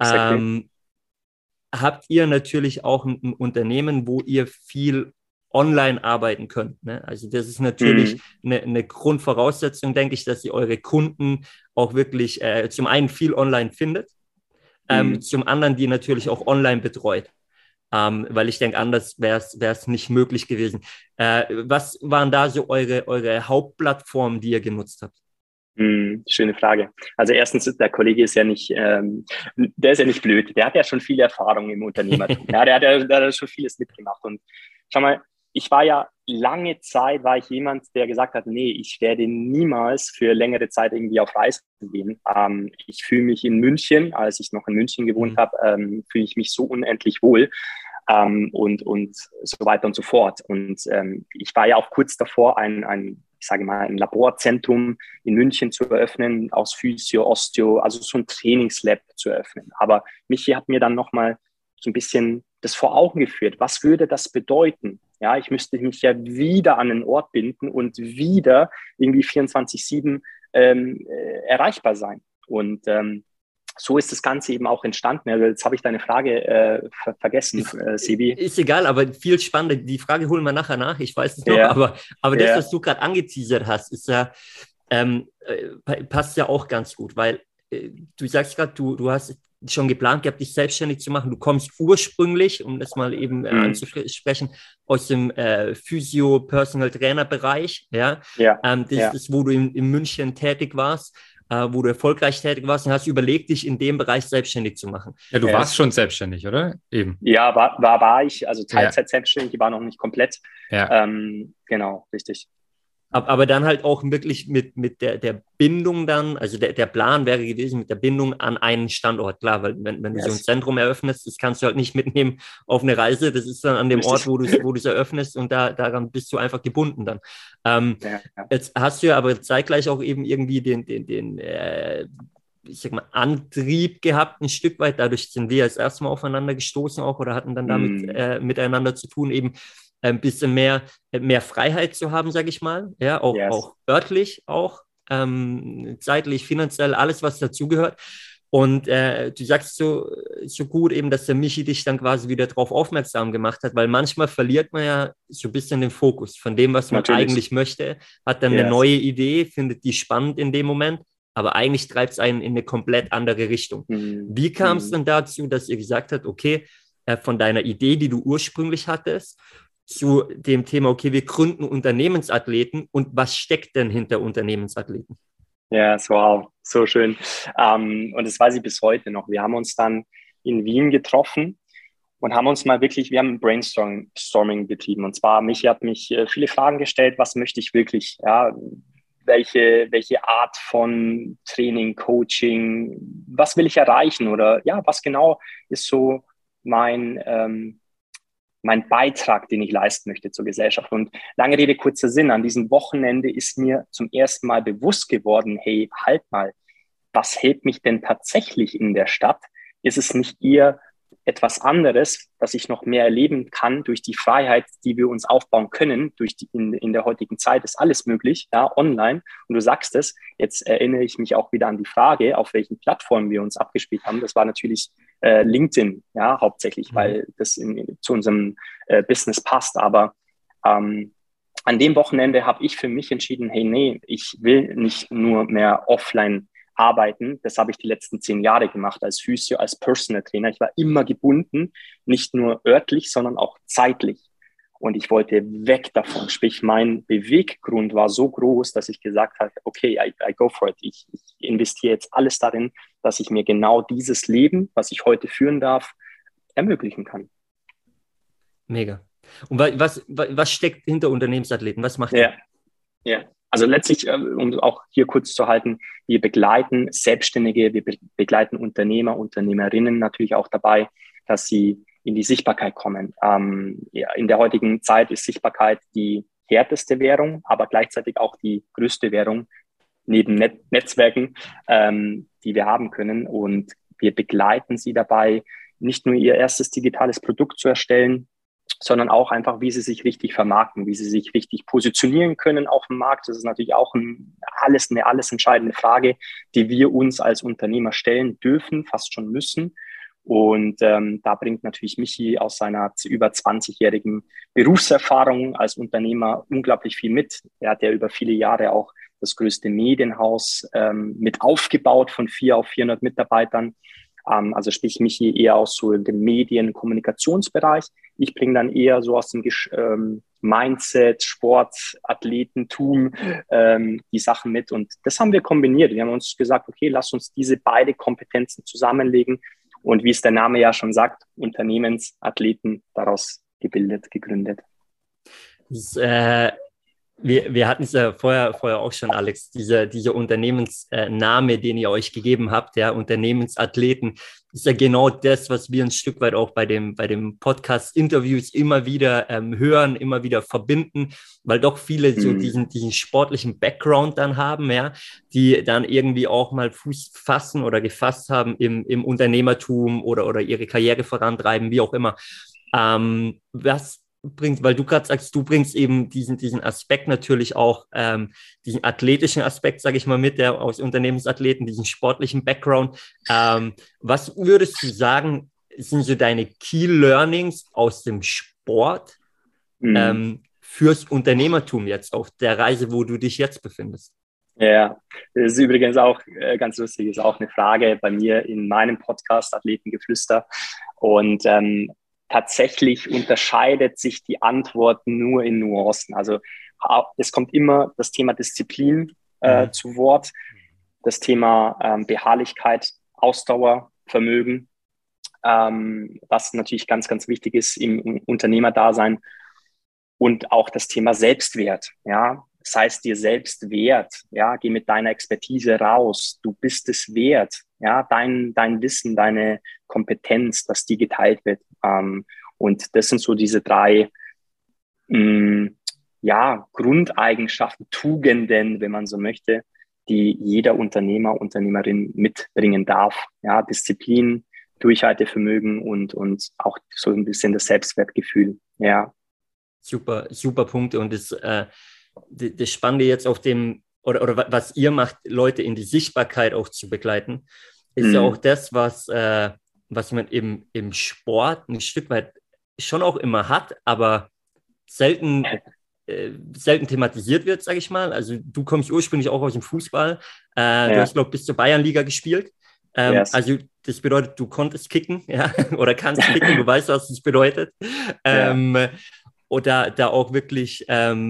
habt ihr natürlich auch ein Unternehmen, wo ihr viel online arbeiten könnt. Ne? Also das ist natürlich eine Grundvoraussetzung, denke ich, dass ihr eure Kunden auch wirklich zum einen viel online findet, zum anderen die natürlich auch online betreut. Weil ich denke, anders wäre es nicht möglich gewesen. Was waren da so eure Hauptplattformen, die ihr genutzt habt? Schöne Frage. Also erstens, der Kollege ist ja nicht, der ist ja nicht blöd. Der hat ja schon viel Erfahrung im Unternehmertum. Ja, der hat schon vieles mitgemacht. Und schau mal, ich war ja lange Zeit, war ich jemand, der gesagt hat, nee, ich werde niemals für längere Zeit irgendwie auf Reisen gehen. Ich fühle mich in München, als ich noch in München gewohnt habe, fühle ich mich so unendlich wohl. Und so weiter und so fort. Und ich war ja auch kurz davor, ich sage mal, ein Laborzentrum in München zu eröffnen, aus Physio, Osteo, also so ein Trainingslab zu eröffnen. Aber Michi hat mir dann nochmal so ein bisschen das vor Augen geführt. Was würde das bedeuten? Ja, ich müsste mich ja wieder an einen Ort binden und wieder irgendwie 24/7 erreichbar sein. Und so ist das Ganze eben auch entstanden. Also jetzt habe ich deine Frage vergessen, Sebi. Ist egal, aber viel spannender. Die Frage holen wir nachher nach. Ich weiß es noch, aber das, was du gerade angeteasert hast, ist ja, passt ja auch ganz gut, weil du sagst gerade, du hast schon geplant gehabt, dich selbstständig zu machen. Du kommst ursprünglich, um das mal eben anzusprechen, aus dem Physio-Personal-Trainer-Bereich. Ja? Das ist das, wo du in München tätig warst. Wo du erfolgreich tätig warst und hast überlegt, dich in dem Bereich selbstständig zu machen. Ja, du warst schon selbstständig, oder? Eben. Ja, war ich, also Teilzeit selbstständig, die war noch nicht komplett. Ja. Genau, richtig. Aber dann halt auch wirklich mit der Bindung dann, also der Plan wäre gewesen mit der Bindung an einen Standort, klar, weil wenn du so ein Zentrum eröffnest, das kannst du halt nicht mitnehmen auf eine Reise, das ist dann an dem Ort, wo du es eröffnest und daran bist du einfach gebunden dann. Jetzt hast du ja aber zeitgleich auch eben irgendwie den ich sag mal, Antrieb gehabt, ein Stück weit, dadurch sind wir als erstes Mal aufeinander gestoßen auch oder hatten dann damit miteinander zu tun, eben ein bisschen mehr Freiheit zu haben, sage ich mal, ja, auch örtlich, auch zeitlich, finanziell, alles, was dazugehört. Und du sagst so gut eben, dass der Michi dich dann quasi wieder darauf aufmerksam gemacht hat, weil manchmal verliert man ja so ein bisschen den Fokus von dem, was man eigentlich möchte, hat dann eine neue Idee, findet die spannend in dem Moment, aber eigentlich treibt es einen in eine komplett andere Richtung. Wie kam es dann dazu, dass ihr gesagt habt, okay, von deiner Idee, die du ursprünglich hattest, zu dem Thema, okay, wir gründen Unternehmensathleten und was steckt denn hinter Unternehmensathleten? Ja, wow, so schön. Und das weiß ich bis heute noch. Wir haben uns dann in Wien getroffen und haben uns mal wirklich, wir haben ein Brainstorming betrieben. Und zwar, Michi hat mich viele Fragen gestellt, was möchte ich wirklich, ja, welche Art von Training, Coaching, was will ich erreichen oder ja, was genau ist so mein Beitrag, den ich leisten möchte zur Gesellschaft. Und lange Rede, kurzer Sinn, an diesem Wochenende ist mir zum ersten Mal bewusst geworden, hey, halt mal, was hält mich denn tatsächlich in der Stadt? Ist es nicht eher etwas anderes, dass ich noch mehr erleben kann durch die Freiheit, die wir uns aufbauen können, in der heutigen Zeit ist alles möglich, ja, online. Und du sagst es, jetzt erinnere ich mich auch wieder an die Frage, auf welchen Plattformen wir uns abgespielt haben. Das war natürlich LinkedIn, ja, hauptsächlich, weil das zu unserem Business passt. Aber an dem Wochenende habe ich für mich entschieden, hey, nee, ich will nicht nur mehr offline arbeiten. Das habe ich die letzten 10 Jahre gemacht als Physio, als Personal Trainer. Ich war immer gebunden, nicht nur örtlich, sondern auch zeitlich. Und ich wollte weg davon. Sprich, mein Beweggrund war so groß, dass ich gesagt habe, okay, I go for it. Ich investiere jetzt alles darin, dass ich mir genau dieses Leben, was ich heute führen darf, ermöglichen kann. Mega. Und was steckt hinter Unternehmensathleten? Was macht ihr? Ja, also letztlich, um auch hier kurz zu halten, wir begleiten Selbstständige, wir begleiten Unternehmer, Unternehmerinnen natürlich auch dabei, dass sie in die Sichtbarkeit kommen. In der heutigen Zeit ist Sichtbarkeit die härteste Währung, aber gleichzeitig auch die größte Währung neben Netzwerken, die wir haben können. Und wir begleiten sie dabei, nicht nur ihr erstes digitales Produkt zu erstellen, sondern auch einfach, wie sie sich richtig vermarkten, wie sie sich richtig positionieren können auf dem Markt. Das ist natürlich auch eine alles entscheidende Frage, die wir uns als Unternehmer stellen dürfen, fast schon müssen. Und da bringt natürlich Michi aus seiner über 20-jährigen Berufserfahrung als Unternehmer unglaublich viel mit. Er hat ja über viele Jahre auch das größte Medienhaus mit aufgebaut von 4 auf 400 Mitarbeitern. Also sprich Michi eher aus so dem Medien-Kommunikationsbereich. Ich bringe dann eher so aus dem Mindset, Sport, Athletentum die Sachen mit. Und das haben wir kombiniert. Wir haben uns gesagt, okay, lass uns diese beiden Kompetenzen zusammenlegen. Und wie es der Name ja schon sagt, Unternehmensathleten daraus gegründet. Wir hatten es ja vorher auch schon, Alex, dieser Unternehmensname, den ihr euch gegeben habt, ja, Unternehmensathleten, ist ja genau das, was wir ein Stück weit auch bei dem Podcast-Interviews immer wieder hören, immer wieder verbinden, weil doch viele so diesen sportlichen Background dann haben, ja, die dann irgendwie auch mal Fuß fassen oder gefasst haben im Unternehmertum oder ihre Karriere vorantreiben, wie auch immer. Was bringst, weil du gerade sagst, du bringst eben diesen Aspekt natürlich auch, diesen athletischen Aspekt, sage ich mal, mit, der aus Unternehmensathleten, diesen sportlichen Background. Was würdest du sagen, sind so deine Key Learnings aus dem Sport fürs Unternehmertum jetzt auf der Reise, wo du dich jetzt befindest? Ja, das ist übrigens auch ganz lustig, ist auch eine Frage bei mir in meinem Podcast Athletengeflüster. Und tatsächlich unterscheidet sich die Antwort nur in Nuancen. Also es kommt immer das Thema Disziplin zu Wort, das Thema Beharrlichkeit, Ausdauer, Vermögen, was natürlich ganz, ganz wichtig ist im Unternehmerdasein, und auch das Thema Selbstwert. Ja, sei es dir selbst wert. Ja, geh mit deiner Expertise raus. Du bist es wert. Ja, dein Wissen, deine Kompetenz, dass die geteilt wird. Und das sind so diese 3 Grundeigenschaften, Tugenden, wenn man so möchte, die jeder Unternehmer, Unternehmerin mitbringen darf. Ja, Disziplin, Durchhaltevermögen und auch so ein bisschen das Selbstwertgefühl. Ja. Super, super Punkte. Und das Spannende jetzt auf dem, oder was ihr macht, Leute in die Sichtbarkeit auch zu begleiten, ist ja auch das, was man im Sport ein Stück weit schon auch immer hat, aber selten thematisiert wird, sage ich mal. Also du kommst ursprünglich auch aus dem Fußball. Du hast, glaube ich, bis zur Bayernliga gespielt. Yes. Also das bedeutet, du konntest kicken, ja, oder kannst kicken, du weißt, was das bedeutet. Oder da auch wirklich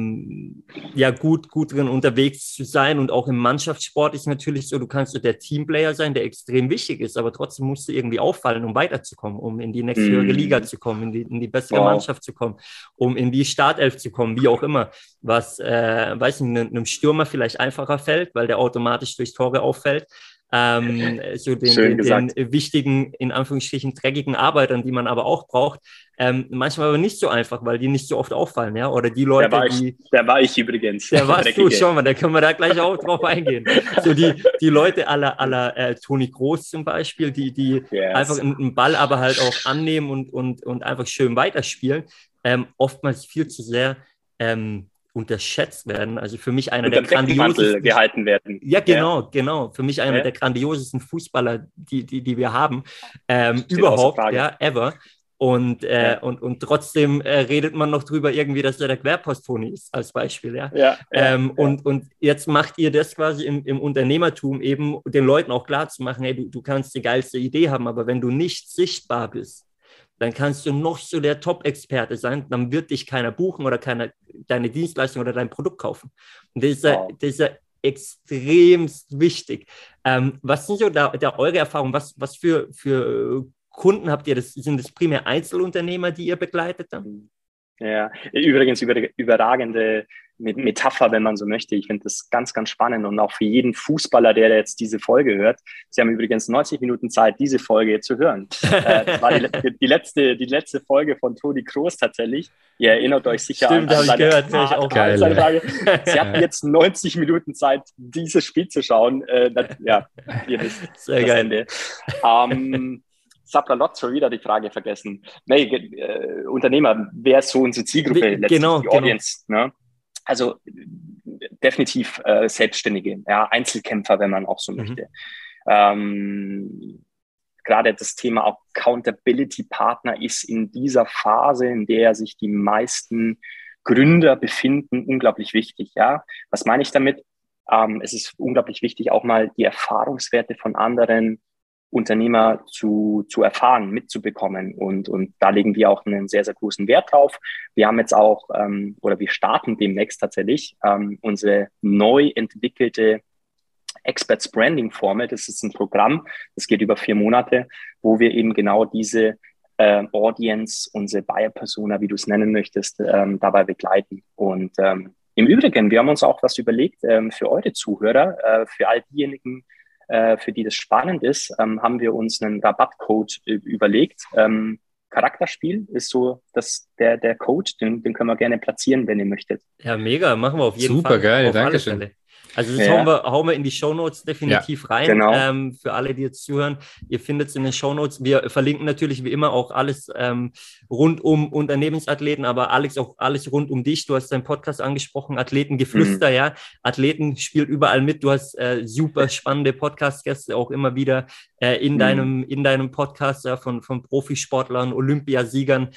gut drin unterwegs zu sein. Und auch im Mannschaftssport ist natürlich so, du kannst so der Teamplayer sein, der extrem wichtig ist, aber trotzdem musst du irgendwie auffallen, um weiterzukommen, um in die nächste höhere Liga zu kommen, in die bessere Mannschaft zu kommen, um in die Startelf zu kommen, wie auch immer. Was, einem Stürmer vielleicht einfacher fällt, weil der automatisch durch Tore auffällt. So den wichtigen, in Anführungsstrichen, dreckigen Arbeitern, die man aber auch braucht, manchmal aber nicht so einfach, weil die nicht so oft auffallen, ja, oder die Leute, der war ich übrigens. Der warst du, schau mal, da können wir da gleich auch drauf eingehen. So die Leute aller Toni Kroos zum Beispiel, die einfach einen Ball aber halt auch annehmen und einfach schön weiterspielen, oftmals viel zu sehr unterschätzt werden. Also für mich einer der grandiosesten gehalten werden. Ja, genau. Für mich einer der grandiosesten Fußballer, die wir haben, überhaupt, ever. Und trotzdem redet man noch drüber irgendwie, dass er der Querpost-Toni ist, als Beispiel, Und jetzt macht ihr das quasi im Unternehmertum eben, den Leuten auch klar zu machen, hey, du kannst die geilste Idee haben, aber wenn du nicht sichtbar bist, dann kannst du noch so der Top-Experte sein, dann wird dich keiner buchen oder keiner deine Dienstleistung oder dein Produkt kaufen. Und das ist ja extremst wichtig. Was sind so da eure Erfahrungen? Was für Kunden habt ihr? Sind das primär Einzelunternehmer, die ihr begleitet dann? Ja, übrigens überragende Metapher, wenn man so möchte. Ich finde das ganz, ganz spannend und auch für jeden Fußballer, der jetzt diese Folge hört. Sie haben übrigens 90 Minuten Zeit, diese Folge zu hören. Das war die letzte Folge von Toni Kroos tatsächlich. Ihr erinnert euch sicher Stimmt, an seine Frage. Sie hatten jetzt 90 Minuten Zeit, dieses Spiel zu schauen. Ja, ihr wisst sehr das geil. Ende. Sapralot, schon wieder die Frage vergessen. Unternehmer, wer ist so unsere Zielgruppe letztlich, genau, die Audience? Ne? Also definitiv Selbstständige, ja, Einzelkämpfer, wenn man auch so möchte. Gerade das Thema Accountability-Partner ist in dieser Phase, in der sich die meisten Gründer befinden, unglaublich wichtig. Ja? Was meine ich damit? Es ist unglaublich wichtig, auch mal die Erfahrungswerte von anderen Unternehmer zu erfahren, mitzubekommen. Und da legen wir auch einen sehr, sehr großen Wert drauf. Wir haben jetzt auch, wir starten demnächst tatsächlich unsere neu entwickelte Experts Branding Formel. Das ist ein Programm, das geht über 4 Monate, wo wir eben genau diese Audience, unsere Buyer-Persona, wie du es nennen möchtest, dabei begleiten. Und im Übrigen, wir haben uns auch was überlegt für eure Zuhörer, für all diejenigen, für die das spannend ist, haben wir uns einen Rabattcode überlegt. Charakterspiel ist so der Code, den können wir gerne platzieren, wenn ihr möchtet. Ja, mega, machen wir auf jeden Fall. Super geil, auf danke alle schön. Fälle. Also das hauen wir in die Shownotes definitiv rein, genau. Für alle, die jetzt zuhören. Ihr findet es in den Shownotes. Wir verlinken natürlich wie immer auch alles rund um Unternehmensathleten, aber Alex, auch alles rund um dich. Du hast deinen Podcast angesprochen, Athletengeflüster, ja. Athleten spielt überall mit. Du hast super spannende Podcast-Gäste auch immer wieder in deinem Podcast von Profisportlern, Olympiasiegern,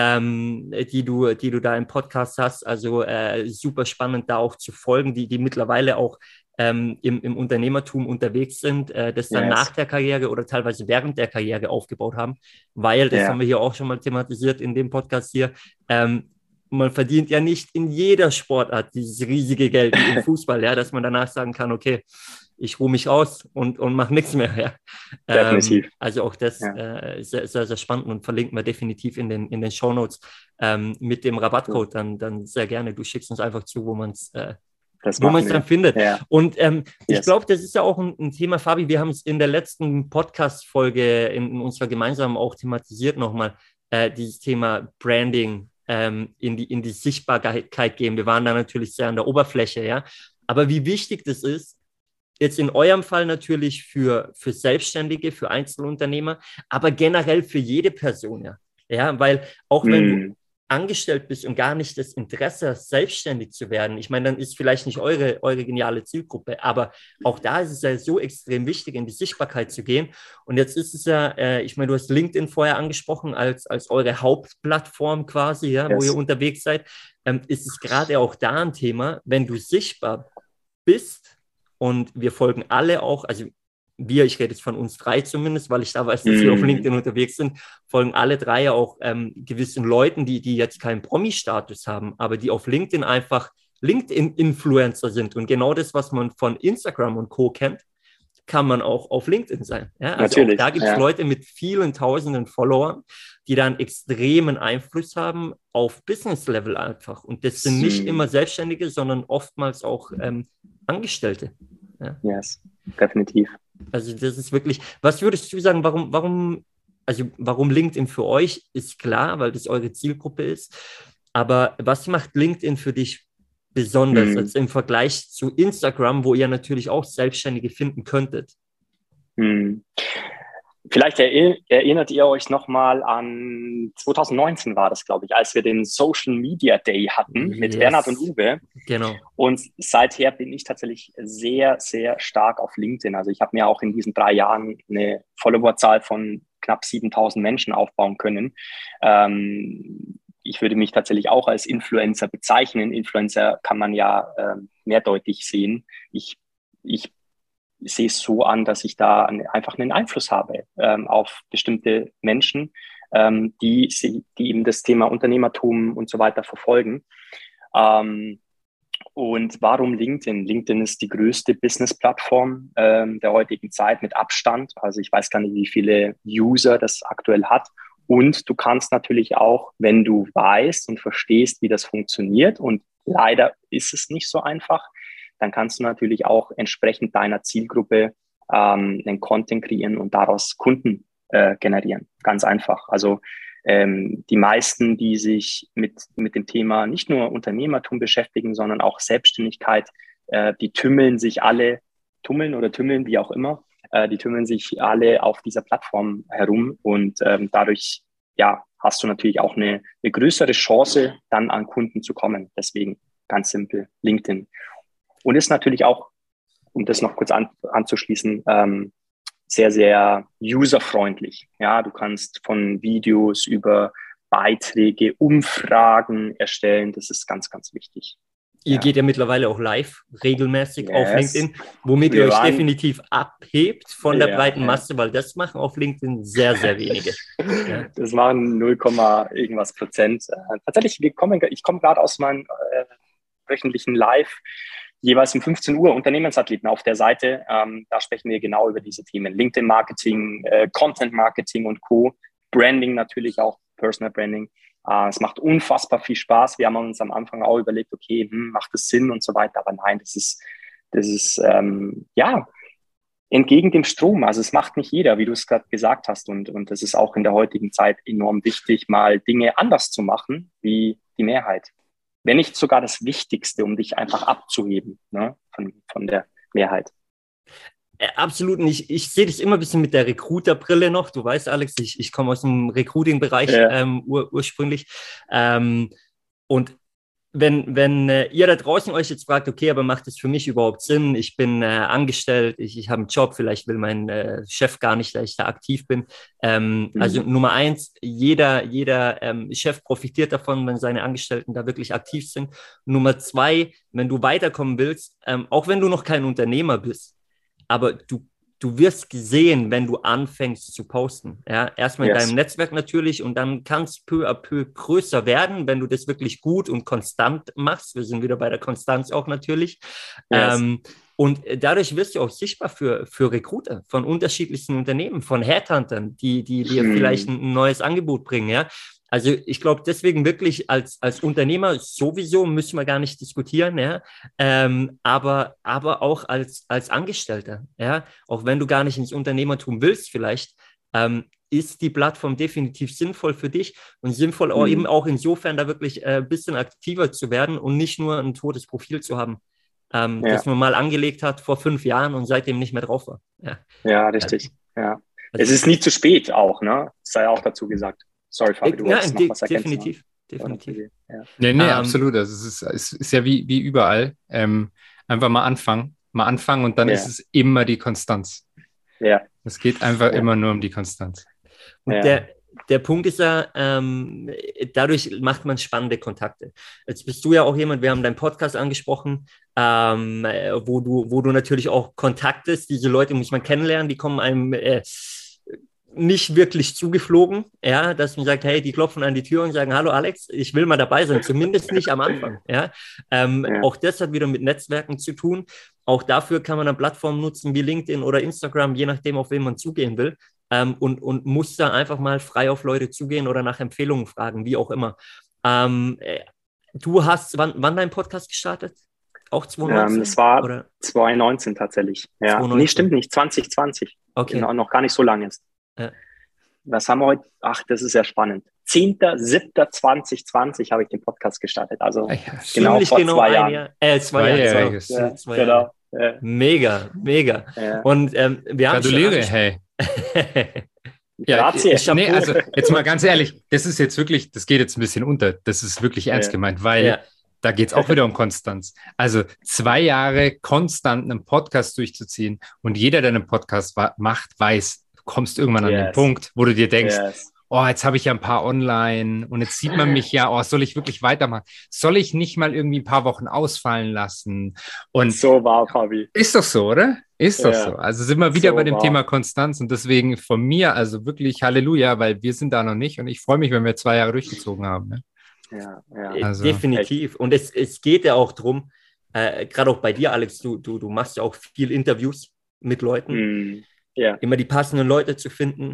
die du da im Podcast hast. Also super spannend, da auch zu folgen, die mittlerweile auch im Unternehmertum unterwegs sind, das dann nach der Karriere oder teilweise während der Karriere aufgebaut haben, weil, das haben wir hier auch schon mal thematisiert in dem Podcast hier, man verdient ja nicht in jeder Sportart dieses riesige Geld wie im Fußball, ja, dass man danach sagen kann, okay, ich ruhe mich aus und mache nichts mehr. Ja. Definitiv. Also auch das sehr, sehr, sehr spannend und verlinken wir definitiv in den Shownotes mit dem Rabattcode dann sehr gerne. Du schickst uns einfach zu, wo man es dann findet. Ja. Und ich glaube, das ist ja auch ein Thema, Fabi, wir haben es in der letzten Podcast-Folge in unserer gemeinsamen auch thematisiert nochmal, dieses Thema Branding in die Sichtbarkeit geben. Wir waren da natürlich sehr an der Oberfläche, ja. Aber wie wichtig das ist, jetzt in eurem Fall natürlich für Selbstständige, für Einzelunternehmer, aber generell für jede Person, ja. Ja, weil auch wenn du angestellt bist und gar nicht das Interesse hast, selbstständig zu werden, ich meine, dann ist vielleicht nicht eure geniale Zielgruppe, aber auch da ist es ja so extrem wichtig, in die Sichtbarkeit zu gehen. Und jetzt ist es ja, ich meine, du hast LinkedIn vorher angesprochen als eure Hauptplattform quasi, ja, wo ihr unterwegs seid. Ist es gerade auch da ein Thema, wenn du sichtbar bist, und wir folgen alle auch, also ich rede jetzt von uns 3 zumindest, weil ich da weiß, dass wir auf LinkedIn unterwegs sind, folgen alle 3 auch gewissen Leuten, die jetzt keinen Promi-Status haben, aber die auf LinkedIn einfach LinkedIn-Influencer sind. Und genau das, was man von Instagram und Co. kennt, kann man auch auf LinkedIn sein. Ja? Also auch da gibt es Leute mit vielen tausenden Followern, die da einen extremen Einfluss haben auf Business-Level einfach. Und das sind nicht immer Selbstständige, sondern oftmals auch Angestellte. Ja? Yes, definitiv. Also das ist wirklich, was würdest du sagen, warum LinkedIn für euch ist klar, weil das eure Zielgruppe ist, aber was macht LinkedIn für dich besonders als im Vergleich zu Instagram, wo ihr natürlich auch Selbstständige finden könntet? Vielleicht erinnert ihr euch nochmal an 2019 war das, glaube ich, als wir den Social Media Day hatten mit Bernhard und Uwe. Genau. Und seither bin ich tatsächlich sehr, sehr stark auf LinkedIn. Also ich habe mir auch in diesen 3 Jahren eine Followerzahl von knapp 7.000 Menschen aufbauen können. Ich würde mich tatsächlich auch als Influencer bezeichnen. Influencer kann man ja mehrdeutig sehen. Ich sehe es so an, dass ich da einfach einen Einfluss habe auf bestimmte Menschen, die eben das Thema Unternehmertum und so weiter verfolgen. Und warum LinkedIn? LinkedIn ist die größte Business-Plattform der heutigen Zeit mit Abstand. Also ich weiß gar nicht, wie viele User das aktuell hat. Und du kannst natürlich auch, wenn du weißt und verstehst, wie das funktioniert, und leider ist es nicht so einfach, dann kannst du natürlich auch entsprechend deiner Zielgruppe einen Content kreieren und daraus Kunden generieren. Ganz einfach. Also die meisten, die sich mit dem Thema nicht nur Unternehmertum beschäftigen, sondern auch Selbstständigkeit, die tummeln, wie auch immer, die tummeln sich alle auf dieser Plattform herum, und dadurch hast du natürlich auch eine größere Chance, dann an Kunden zu kommen. Deswegen ganz simpel LinkedIn. Und ist natürlich auch, um das noch kurz anzuschließen, sehr, sehr userfreundlich. Ja, du kannst von Videos über Beiträge, Umfragen erstellen. Das ist ganz, ganz wichtig. Ihr geht ja mittlerweile auch live regelmäßig auf LinkedIn, womit ihr euch definitiv abhebt von der breiten Masse, weil das machen auf LinkedIn sehr, sehr wenige. Ja. Das machen 0, irgendwas Prozent. Tatsächlich, ich komme gerade aus meinem wöchentlichen Live, jeweils um 15 Uhr, Unternehmensathleten auf der Seite. Da sprechen wir genau über diese Themen. LinkedIn-Marketing, Content-Marketing und Co. Branding natürlich auch, Personal Branding. Es macht unfassbar viel Spaß. Wir haben uns am Anfang auch überlegt, okay, macht das Sinn und so weiter. Aber nein, das ist entgegen dem Strom. Also es macht nicht jeder, wie du es gerade gesagt hast. Und das ist auch in der heutigen Zeit enorm wichtig, mal Dinge anders zu machen, wie die Mehrheit. Wenn nicht sogar das Wichtigste, um dich einfach abzuheben, ne, von der Mehrheit. Absolut nicht. Ich sehe das immer ein bisschen mit der Recruiter-Brille noch. Du weißt, Alex, ich komme aus dem Recruiting-Bereich ursprünglich. Und wenn ihr da draußen euch jetzt fragt, okay, aber macht das für mich überhaupt Sinn? Ich bin angestellt, ich habe einen Job, vielleicht will mein Chef gar nicht, dass ich da aktiv bin. Also Nummer 1, jeder Chef profitiert davon, wenn seine Angestellten da wirklich aktiv sind. Nummer 2, wenn du weiterkommen willst, auch wenn du noch kein Unternehmer bist, aber du wirst gesehen, wenn du anfängst zu posten. Ja? Erstmal in deinem Netzwerk natürlich, und dann kann es peu à peu größer werden, wenn du das wirklich gut und konstant machst. Wir sind wieder bei der Konstanz auch natürlich. Und dadurch wirst du auch sichtbar für Recruiter von unterschiedlichsten Unternehmen, von Headhuntern, die dir vielleicht ein neues Angebot bringen. Ja? Also ich glaube, deswegen wirklich als Unternehmer sowieso müssen wir gar nicht diskutieren, ja, aber auch als Angestellter, ja, auch wenn du gar nicht ins Unternehmertum willst vielleicht, ist die Plattform definitiv sinnvoll für dich und sinnvoll auch eben auch insofern da wirklich ein bisschen aktiver zu werden und nicht nur ein totes Profil zu haben, das man mal angelegt hat vor 5 Jahren und seitdem nicht mehr drauf war. Ja, richtig. Ja. Es ist nie zu spät auch, ne? Das sei auch dazu gesagt. Sorry, Fabi, du wolltest noch was ergänzen. Definitiv. Ja. Nee, absolut. Also es ist ja wie überall. Einfach mal anfangen und dann ist es immer die Konstanz. Ja. Es geht einfach immer nur um die Konstanz. Und der Punkt ist ja, dadurch macht man spannende Kontakte. Jetzt bist du ja auch jemand, wir haben deinen Podcast angesprochen, wo du natürlich auch kontaktest. Diese Leute muss man kennenlernen, die kommen einem nicht wirklich zugeflogen, ja, dass man sagt, hey, die klopfen an die Tür und sagen, hallo Alex, ich will mal dabei sein, zumindest nicht am Anfang, ja. Auch das hat wieder mit Netzwerken zu tun. Auch dafür kann man eine Plattform nutzen wie LinkedIn oder Instagram, je nachdem, auf wen man zugehen will, und muss da einfach mal frei auf Leute zugehen oder nach Empfehlungen fragen, wie auch immer. Du hast, wann dein Podcast gestartet? Auch 2019? Das war 2019 tatsächlich. Ja. 2019. Nee, stimmt nicht, 2020. Okay. Genau, noch gar nicht so lange ist. Ja. Was haben wir heute? Ach, das ist ja spannend. 10.07.2020 habe ich den Podcast gestartet. Also genau vor 2 Jahren. 2 Jahre. Genau. Mega. Ja. Und wir haben gratuliere, hey. Grazie. Also jetzt mal ganz ehrlich, das ist jetzt wirklich, das geht jetzt ein bisschen unter. Das ist wirklich ernst gemeint, weil da geht es auch wieder um Konstanz. Also 2 Jahre konstant einen Podcast durchzuziehen, und jeder, der einen Podcast macht, weiß, du kommst irgendwann an den Punkt, wo du dir denkst, oh, jetzt habe ich ja ein paar online und jetzt sieht man mich ja, soll ich wirklich weitermachen? Soll ich nicht mal irgendwie ein paar Wochen ausfallen lassen? Und so war Fabi. Ist doch so, oder? Ist doch so. Also sind wir wieder bei dem Thema Konstanz, und deswegen von mir also wirklich Halleluja, weil wir sind da noch nicht, und ich freue mich, wenn wir 2 Jahre durchgezogen haben. Ne? Ja. Also, definitiv. Echt. Und es geht ja auch darum, gerade auch bei dir, Alex, du machst ja auch viel Interviews mit Leuten, immer die passenden Leute zu finden.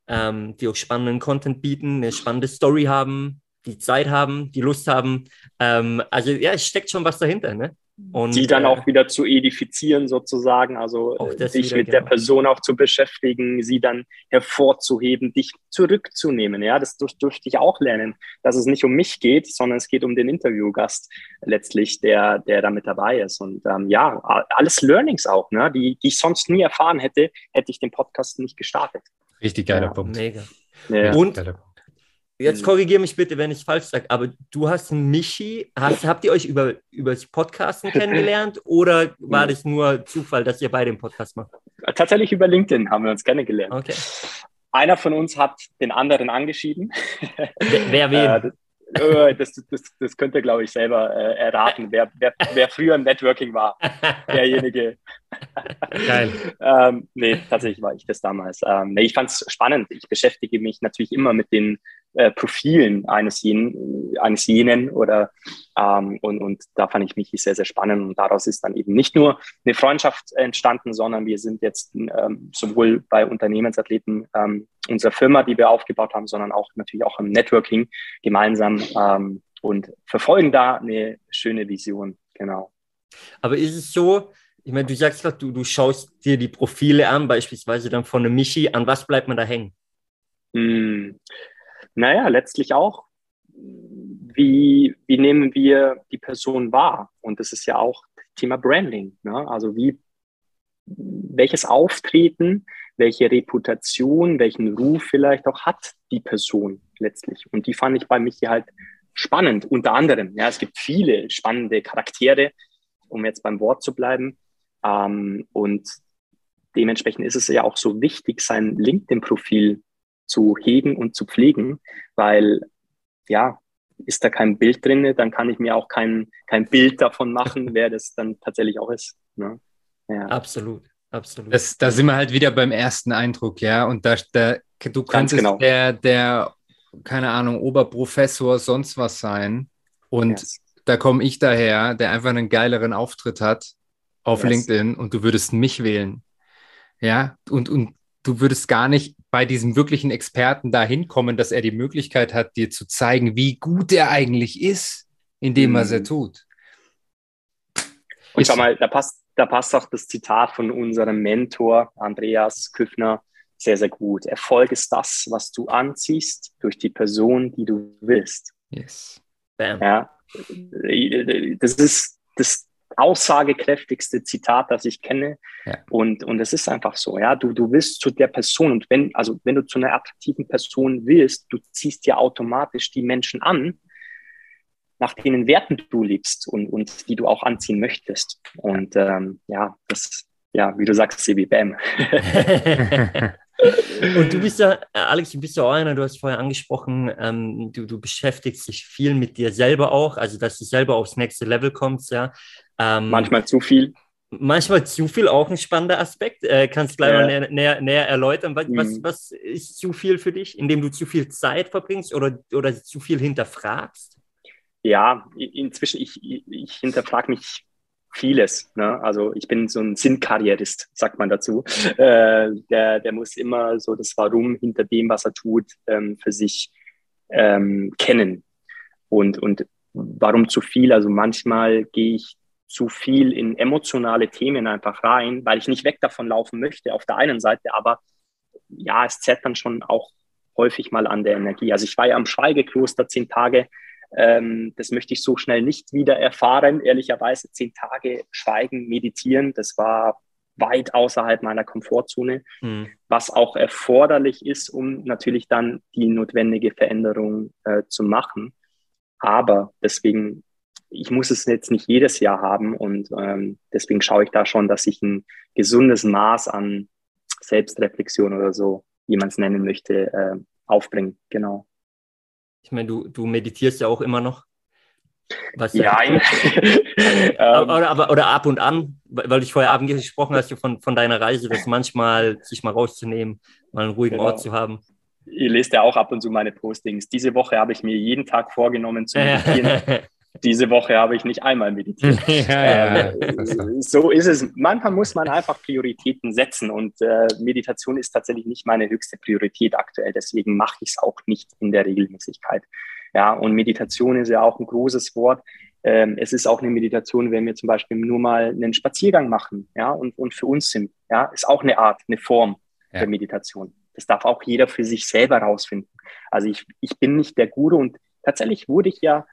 die auch spannenden Content bieten, eine spannende Story haben, die Zeit haben, die Lust haben. Also ja, es steckt schon was dahinter, ne? Und die dann auch wieder zu edifizieren sozusagen, also dich wieder, mit der Person auch zu beschäftigen, sie dann hervorzuheben, dich zurückzunehmen. Ja, das durfte ich auch lernen, dass es nicht um mich geht, sondern es geht um den Interviewgast letztlich, der da mit dabei ist. Und ja, alles Learnings auch, ne, die ich sonst nie erfahren hätte ich den Podcast nicht gestartet. Richtig geiler Punkt. Mega. Ja. Und jetzt korrigiere mich bitte, wenn ich falsch sage, aber du hast einen Michi, habt ihr euch über das Podcasten kennengelernt oder war das nur Zufall, dass ihr beide den Podcast macht? Tatsächlich über LinkedIn haben wir uns kennengelernt. Okay. Einer von uns hat den anderen angeschrieben. Wer wen? Das könnt ihr, glaube ich, selber erraten, wer früher im Networking war. Derjenige. Geil. Nee, tatsächlich war ich das damals. Ich fand es spannend. Ich beschäftige mich natürlich immer mit den Profilen eines jenen oder und da fand ich mich sehr, sehr spannend. Und daraus ist dann eben nicht nur eine Freundschaft entstanden, sondern wir sind jetzt sowohl bei Unternehmensathleten unserer Firma, die wir aufgebaut haben, sondern auch natürlich auch im Networking gemeinsam und verfolgen da eine schöne Vision. Genau. Aber ist es so, ich meine, du sagst gerade, du schaust dir die Profile an, beispielsweise dann von einem Michi, an was bleibt man da hängen? Naja, letztlich auch, wie nehmen wir die Person wahr? Und das ist ja auch Thema Branding, ne? Also welches Auftreten, welche Reputation, welchen Ruf vielleicht auch hat die Person letztlich. Und die fand ich bei Michi halt spannend, unter anderem. Ja, es gibt viele spannende Charaktere, um jetzt beim Wort zu bleiben. Und dementsprechend ist es ja auch so wichtig, sein LinkedIn-Profil zu hegen und zu pflegen, weil ja, ist da kein Bild drin, dann kann ich mir auch kein Bild davon machen, wer das dann tatsächlich auch ist. Ne? Ja. Absolut. Da sind wir halt wieder beim ersten Eindruck, ja. Und du könntest der, keine Ahnung, Oberprofessor sonst was sein. Und da komme ich daher, der einfach einen geileren Auftritt hat auf LinkedIn und du würdest mich wählen. Ja, und du würdest gar nicht bei diesem wirklichen Experten dahin kommen, dass er die Möglichkeit hat, dir zu zeigen, wie gut er eigentlich ist, in dem, was er tut. Und schau mal, da passt auch das Zitat von unserem Mentor, Andreas Küffner, sehr, sehr gut. Erfolg ist das, was du anziehst, durch die Person, die du willst. Yes. Bam. Ja, das ist das aussagekräftigste Zitat, das ich kenne. Ja. Und es ist einfach so, ja, du willst zu der Person und wenn du zu einer attraktiven Person willst, du ziehst ja automatisch die Menschen an, nach denen Werten du liebst und die du auch anziehen möchtest. Und wie du sagst, Sebi, bam. Und du bist ja, Alex, du bist ja auch einer, du hast vorher angesprochen, du beschäftigst dich viel mit dir selber auch, also dass du selber aufs nächste Level kommst, ja. Manchmal zu viel. Manchmal zu viel, auch ein spannender Aspekt. Kannst du gleich mal näher erläutern. Was ist zu viel für dich, indem du zu viel Zeit verbringst oder zu viel hinterfragst? Ja, inzwischen, ich hinterfrage mich vieles. Ne? Also ich bin so ein Sinnkarrierist, sagt man dazu. Der muss immer so das Warum hinter dem, was er tut, für sich kennen. Und warum zu viel? Also manchmal gehe ich zu viel in emotionale Themen einfach rein, weil ich nicht weg davon laufen möchte auf der einen Seite, aber ja, es zerrt dann schon auch häufig mal an der Energie. Also ich war ja am Schweigekloster 10 Tage, das möchte ich so schnell nicht wieder erfahren, ehrlicherweise. 10 Tage Schweigen, Meditieren, das war weit außerhalb meiner Komfortzone, was auch erforderlich ist, um natürlich dann die notwendige Veränderung zu machen. Aber deswegen, ich muss es jetzt nicht jedes Jahr haben und deswegen schaue ich da schon, dass ich ein gesundes Maß an Selbstreflexion oder so, wie man es nennen möchte, aufbringe. Genau. Ich meine, du meditierst ja auch immer noch. Ja. Oder ab und an, weil ich vorher angesprochen hast von deiner Reise, das manchmal sich mal rauszunehmen, mal einen ruhigen Ort zu haben. Ihr lest ja auch ab und zu meine Postings. Diese Woche habe ich mir jeden Tag vorgenommen zu meditieren. Diese Woche habe ich nicht einmal meditiert. So ist es. Manchmal muss man einfach Prioritäten setzen und Meditation ist tatsächlich nicht meine höchste Priorität aktuell. Deswegen mache ich es auch nicht in der Regelmäßigkeit. Ja, und Meditation ist ja auch ein großes Wort. Es ist auch eine Meditation, wenn wir zum Beispiel nur mal einen Spaziergang machen, ja, und für uns sind, ja, ist auch eine Art, eine Form der Meditation. Das darf auch jeder für sich selber rausfinden. Also ich bin nicht der Guru und tatsächlich wurde ich ja,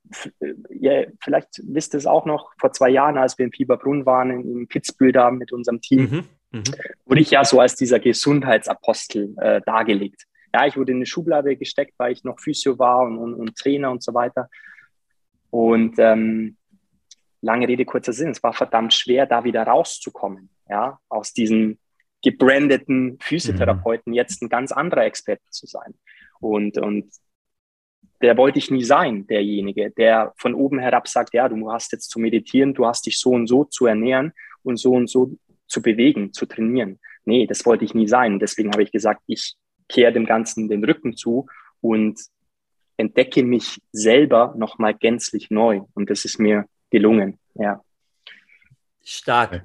vielleicht wisst ihr es auch noch, vor 2 Jahren, als wir in Fieberbrunn waren, in Kitzbühel da mit unserem Team, wurde ich ja so als dieser Gesundheitsapostel dargelegt. Ja, ich wurde in eine Schublade gesteckt, weil ich noch Physio war und Trainer und so weiter. Und lange Rede, kurzer Sinn, es war verdammt schwer, da wieder rauszukommen, ja, aus diesem gebrandeten Physiotherapeuten jetzt ein ganz anderer Experte zu sein. Und der wollte ich nie sein, derjenige, der von oben herab sagt, ja, du hast jetzt zu meditieren, du hast dich so und so zu ernähren und so zu bewegen, zu trainieren. Nee, das wollte ich nie sein. Deswegen habe ich gesagt, ich kehre dem Ganzen den Rücken zu und entdecke mich selber nochmal gänzlich neu. Und das ist mir gelungen, ja. Stark.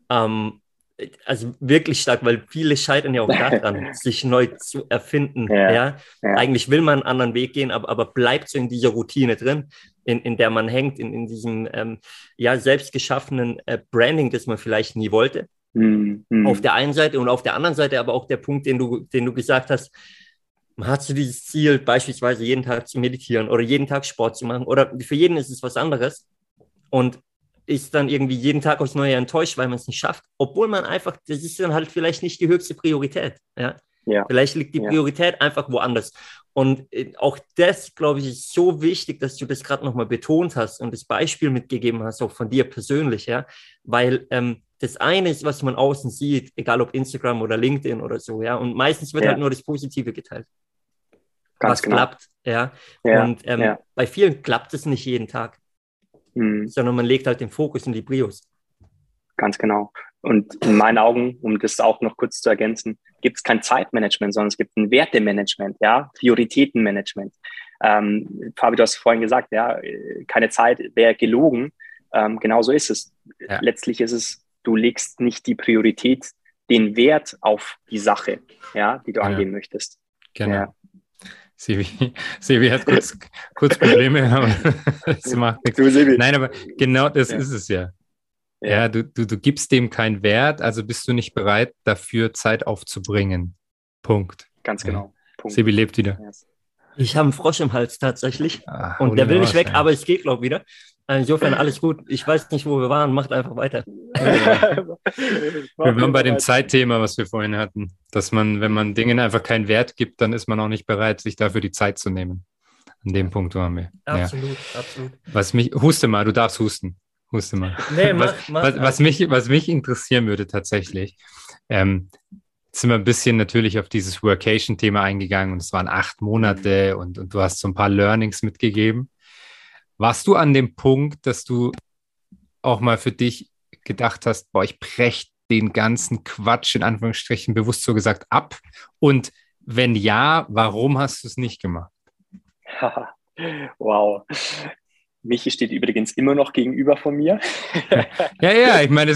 Also wirklich stark, weil viele scheitern ja auch daran, sich neu zu erfinden. Ja. Eigentlich will man einen anderen Weg gehen, aber bleibt so in dieser Routine drin, in der man hängt, in diesem selbst geschaffenen Branding, das man vielleicht nie wollte. Auf der einen Seite und auf der anderen Seite aber auch der Punkt, den du gesagt hast, man hat so dieses Ziel, beispielsweise jeden Tag zu meditieren oder jeden Tag Sport zu machen oder für jeden ist es was anderes und ist dann irgendwie jeden Tag aufs Neue enttäuscht, weil man es nicht schafft, obwohl man einfach, das ist dann halt vielleicht nicht die höchste Priorität. Ja? Vielleicht liegt die Priorität einfach woanders. Und auch das, glaube ich, ist so wichtig, dass du das gerade nochmal betont hast und das Beispiel mitgegeben hast, auch von dir persönlich, ja, weil das eine ist, was man außen sieht, egal ob Instagram oder LinkedIn oder so, ja, und meistens wird halt nur das Positive geteilt. Ganz was genau. klappt, ja. Und bei vielen klappt es nicht jeden Tag, sondern man legt halt den Fokus in die Prios. Ganz genau. Und in meinen Augen, um das auch noch kurz zu ergänzen, gibt es kein Zeitmanagement, sondern es gibt ein Wertemanagement, ja, Prioritätenmanagement. Fabi, du hast vorhin gesagt, ja, keine Zeit wäre gelogen. Genau so ist es. Ja. Letztlich ist es, du legst nicht die Priorität, den Wert auf die Sache, ja, die du angehen möchtest. Genau. Ja. Sebi hat kurz Probleme, aber das macht nichts. Nein, aber genau das ist es ja. Ja, du gibst dem keinen Wert, also bist du nicht bereit, dafür Zeit aufzubringen. Punkt. Ganz genau. Punkt. Sebi lebt wieder. Ich habe einen Frosch im Hals tatsächlich und der will nicht weg, aber es geht, glaube ich, wieder. Insofern alles gut. Ich weiß nicht, wo wir waren. Macht einfach weiter. Wir waren bei dem Zeitthema, was wir vorhin hatten. Dass man, wenn man Dingen einfach keinen Wert gibt, dann ist man auch nicht bereit, sich dafür die Zeit zu nehmen. An dem Punkt waren wir. Absolut. Huste mal, du darfst husten. Huste mal. Nee, was mich interessieren würde tatsächlich, sind wir ein bisschen natürlich auf dieses Workation-Thema eingegangen und es waren 8 Monate und du hast so ein paar Learnings mitgegeben. Warst du an dem Punkt, dass du auch mal für dich gedacht hast, boah, ich breche den ganzen Quatsch in Anführungsstrichen bewusst so gesagt ab? Und wenn ja, warum hast du es nicht gemacht? Wow. Michi steht übrigens immer noch gegenüber von mir. Ja, ich meine,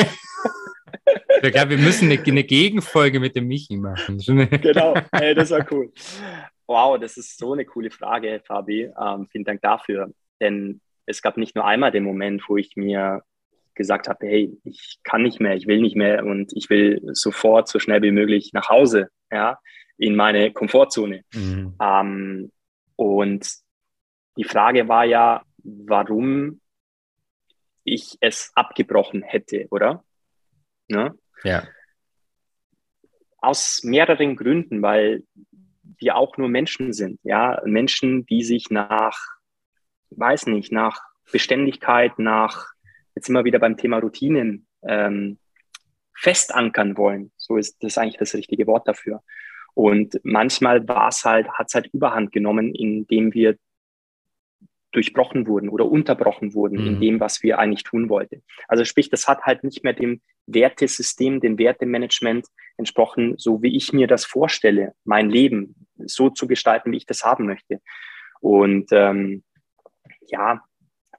wir müssen eine Gegenfolge mit dem Michi machen. Genau, das war cool. Wow, das ist so eine coole Frage, Fabi. Vielen Dank dafür. Denn es gab nicht nur einmal den Moment, wo ich mir gesagt habe, hey, ich kann nicht mehr, ich will nicht mehr und ich will sofort, so schnell wie möglich nach Hause, ja, in meine Komfortzone. Und die Frage war ja, warum ich es abgebrochen hätte, oder? Ne? Ja. Aus mehreren Gründen, weil wir auch nur Menschen sind, ja, Menschen, die sich nach Beständigkeit, jetzt immer wieder beim Thema Routinen, festankern wollen. So ist das eigentlich das richtige Wort dafür. Und manchmal hat es halt Überhand genommen, indem wir durchbrochen wurden oder unterbrochen wurden in dem, was wir eigentlich tun wollten. Also sprich, das hat halt nicht mehr dem Wertesystem, dem Wertemanagement entsprochen, so wie ich mir das vorstelle, mein Leben so zu gestalten, wie ich das haben möchte. Und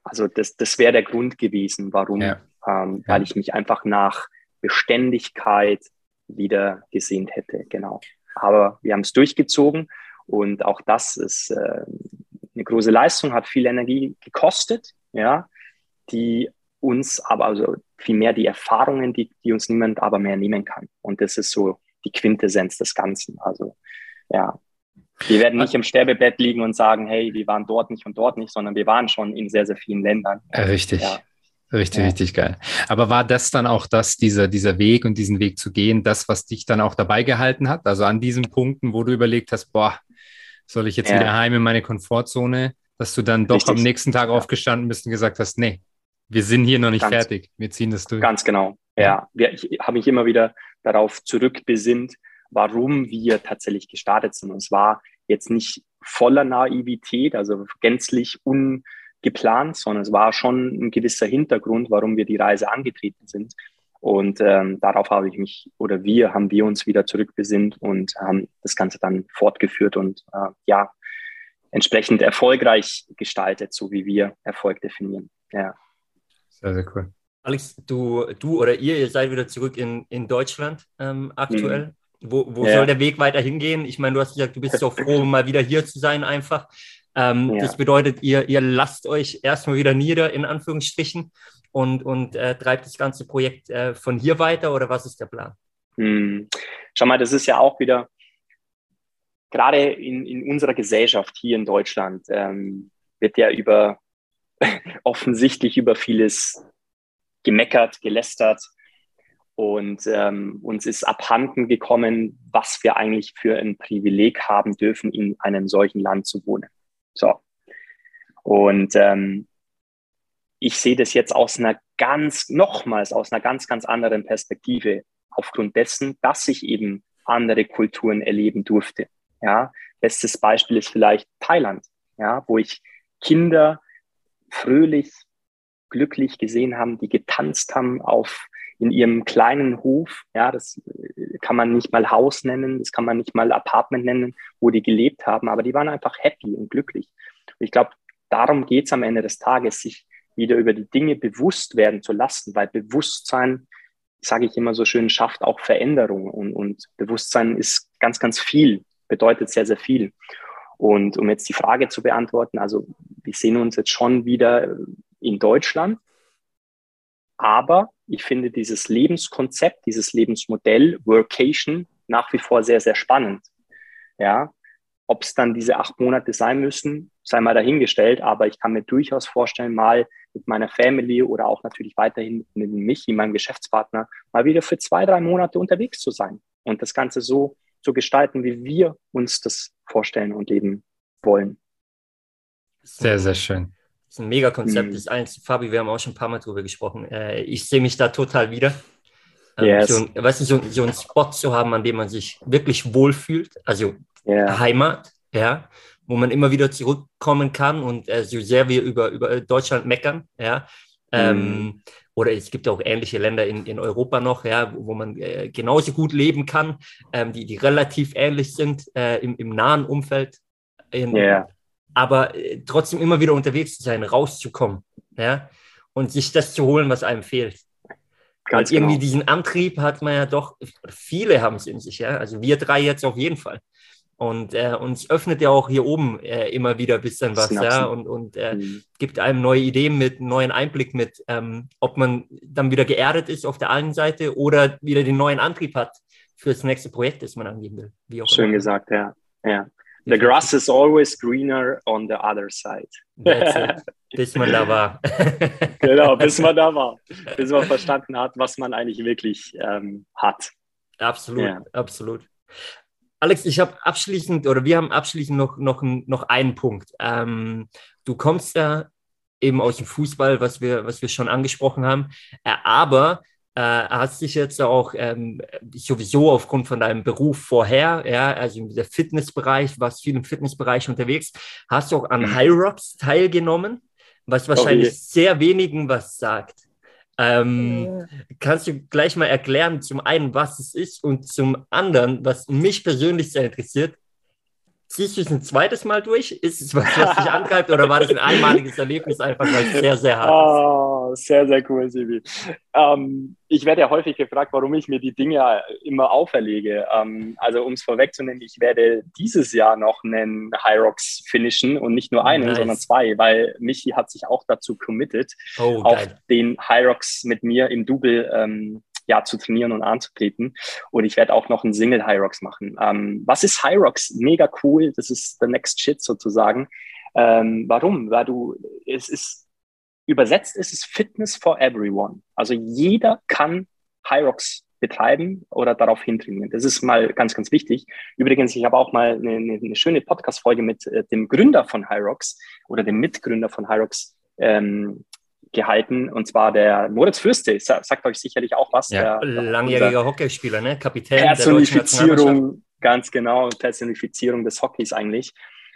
Also das wäre der Grund gewesen, warum, weil ich mich einfach nach Beständigkeit wieder gesehnt hätte, genau. Aber wir haben es durchgezogen und auch das ist eine große Leistung, hat viel Energie gekostet, ja, die uns aber, also vielmehr die Erfahrungen, die uns niemand aber mehr nehmen kann. Und das ist so die Quintessenz des Ganzen. Also ja, wir werden nicht im Sterbebett liegen und sagen, hey, wir waren dort nicht und dort nicht, sondern wir waren schon in sehr, sehr vielen Ländern. Richtig. Ja. Richtig geil. Aber war das dann auch dieser Weg und diesen Weg zu gehen, das, was dich dann auch dabei gehalten hat? Also an diesen Punkten, wo du überlegt hast, boah, soll ich jetzt wieder heim in meine Komfortzone, dass du dann doch am nächsten Tag aufgestanden bist und gesagt hast, nee, wir sind hier noch nicht fertig, wir ziehen das durch. Ganz genau, ja. Ich habe mich immer wieder darauf zurückbesinnt, warum wir tatsächlich gestartet sind. Und es war jetzt nicht voller Naivität, also gänzlich ungeplant, sondern es war schon ein gewisser Hintergrund, warum wir die Reise angetreten sind. Und darauf haben wir uns wieder zurückbesinnt und haben das Ganze dann fortgeführt und entsprechend erfolgreich gestaltet, so wie wir Erfolg definieren. Ja. Sehr, sehr cool. Alex, du oder ihr seid wieder zurück in Deutschland aktuell. Wo soll der Weg weiter hingehen? Ich meine, du hast gesagt, du bist so froh, mal wieder hier zu sein einfach. Das bedeutet, ihr lasst euch erstmal wieder nieder, in Anführungsstrichen, und treibt das ganze Projekt von hier weiter, oder was ist der Plan? Schau mal, das ist ja auch wieder, gerade in unserer Gesellschaft hier in Deutschland, wird ja offensichtlich über vieles gemeckert, gelästert. Und uns ist abhanden gekommen, was wir eigentlich für ein Privileg haben dürfen, in einem solchen Land zu wohnen. So. Und ich sehe das jetzt aus einer ganz anderen Perspektive, aufgrund dessen, dass ich eben andere Kulturen erleben durfte. Ja? Bestes Beispiel ist vielleicht Thailand, ja? Wo ich Kinder fröhlich, glücklich gesehen haben, die getanzt haben in ihrem kleinen Hof, ja, das kann man nicht mal Haus nennen, das kann man nicht mal Apartment nennen, wo die gelebt haben, aber die waren einfach happy und glücklich. Und ich glaube, darum geht es am Ende des Tages, sich wieder über die Dinge bewusst werden zu lassen, weil Bewusstsein, sage ich immer so schön, schafft auch Veränderung und Bewusstsein ist ganz, ganz viel, bedeutet sehr, sehr viel. Und um jetzt die Frage zu beantworten, also wir sehen uns jetzt schon wieder in Deutschland, aber ich finde dieses Lebenskonzept, dieses Lebensmodell Workation nach wie vor sehr, sehr spannend. Ja, ob es dann diese 8 Monate sein müssen, sei mal dahingestellt, aber ich kann mir durchaus vorstellen, mal mit meiner Family oder auch natürlich weiterhin mit Michi, meinem Geschäftspartner, mal wieder für 2, 3 Monate unterwegs zu sein und das Ganze so zu gestalten, wie wir uns das vorstellen und leben wollen. Sehr, sehr schön. Das ist ein Mega-Konzept. Das ist eins, Fabi, wir haben auch schon ein paar Mal drüber gesprochen. Ich sehe mich da total wieder. Yes. So einen Spot zu haben, an dem man sich wirklich wohlfühlt, also Heimat, ja, wo man immer wieder zurückkommen kann und so sehr wir über Deutschland meckern, ja, oder es gibt auch ähnliche Länder in Europa noch, ja, wo man genauso gut leben kann, die relativ ähnlich sind im nahen Umfeld, aber trotzdem immer wieder unterwegs zu sein, rauszukommen, ja, und sich das zu holen, was einem fehlt. Ganz irgendwie genau. Diesen Antrieb hat man ja doch, viele haben es in sich, ja, also wir 3 jetzt auf jeden Fall. Und uns öffnet ja auch hier oben immer wieder ein bisschen was, ja, und gibt einem neue Ideen mit, neuen Einblick mit, ob man dann wieder geerdet ist auf der einen Seite oder wieder den neuen Antrieb hat für das nächste Projekt, das man angehen will. Wie auch Schön immer. Gesagt, ja. The grass is always greener on the other side. That's it. Bis man da war. Genau, bis man da war. Bis man verstanden hat, was man eigentlich wirklich hat. Absolut, absolut. Alex, wir haben abschließend noch einen Punkt. Du kommst ja eben aus dem Fußball, was wir schon angesprochen haben, aber hast dich jetzt auch sowieso aufgrund von deinem Beruf vorher, ja, also im Fitnessbereich, warst viel im Fitnessbereich unterwegs, hast du auch an High Rocks teilgenommen, was wahrscheinlich sehr wenigen was sagt. Kannst du gleich mal erklären, zum einen, was es ist und zum anderen, was mich persönlich sehr interessiert, Ziehst du es ein zweites Mal durch? Ist es was dich antreibt oder war das ein einmaliges Erlebnis einfach, weil es sehr, sehr hart ist? Sehr, sehr cool, Sibi. Ich werde ja häufig gefragt, warum ich mir die Dinge immer auferlege. Also um es vorwegzunehmen, ich werde dieses Jahr noch einen Hyrox finishen und nicht nur einen, sondern 2, weil Michi hat sich auch dazu committed, auf den Hyrox mit mir im Double zu trainieren und anzutreten. Und ich werde auch noch einen Single Hyrox machen. Was ist Hyrox? Mega cool. Das ist the next shit sozusagen. Warum? Weil übersetzt ist es Fitness for everyone. Also jeder kann Hyrox betreiben oder darauf hintrainieren. Das ist mal ganz, ganz wichtig. Übrigens, ich habe auch mal eine schöne Podcast-Folge mit dem Gründer von Hyrox oder dem Mitgründer von Hyrox gehalten, und zwar der Moritz Fürste, sagt euch sicherlich auch was. Ja, langjähriger Hockeyspieler, ne? Kapitän Personifizierung, ganz genau, Personifizierung des Hockeys eigentlich.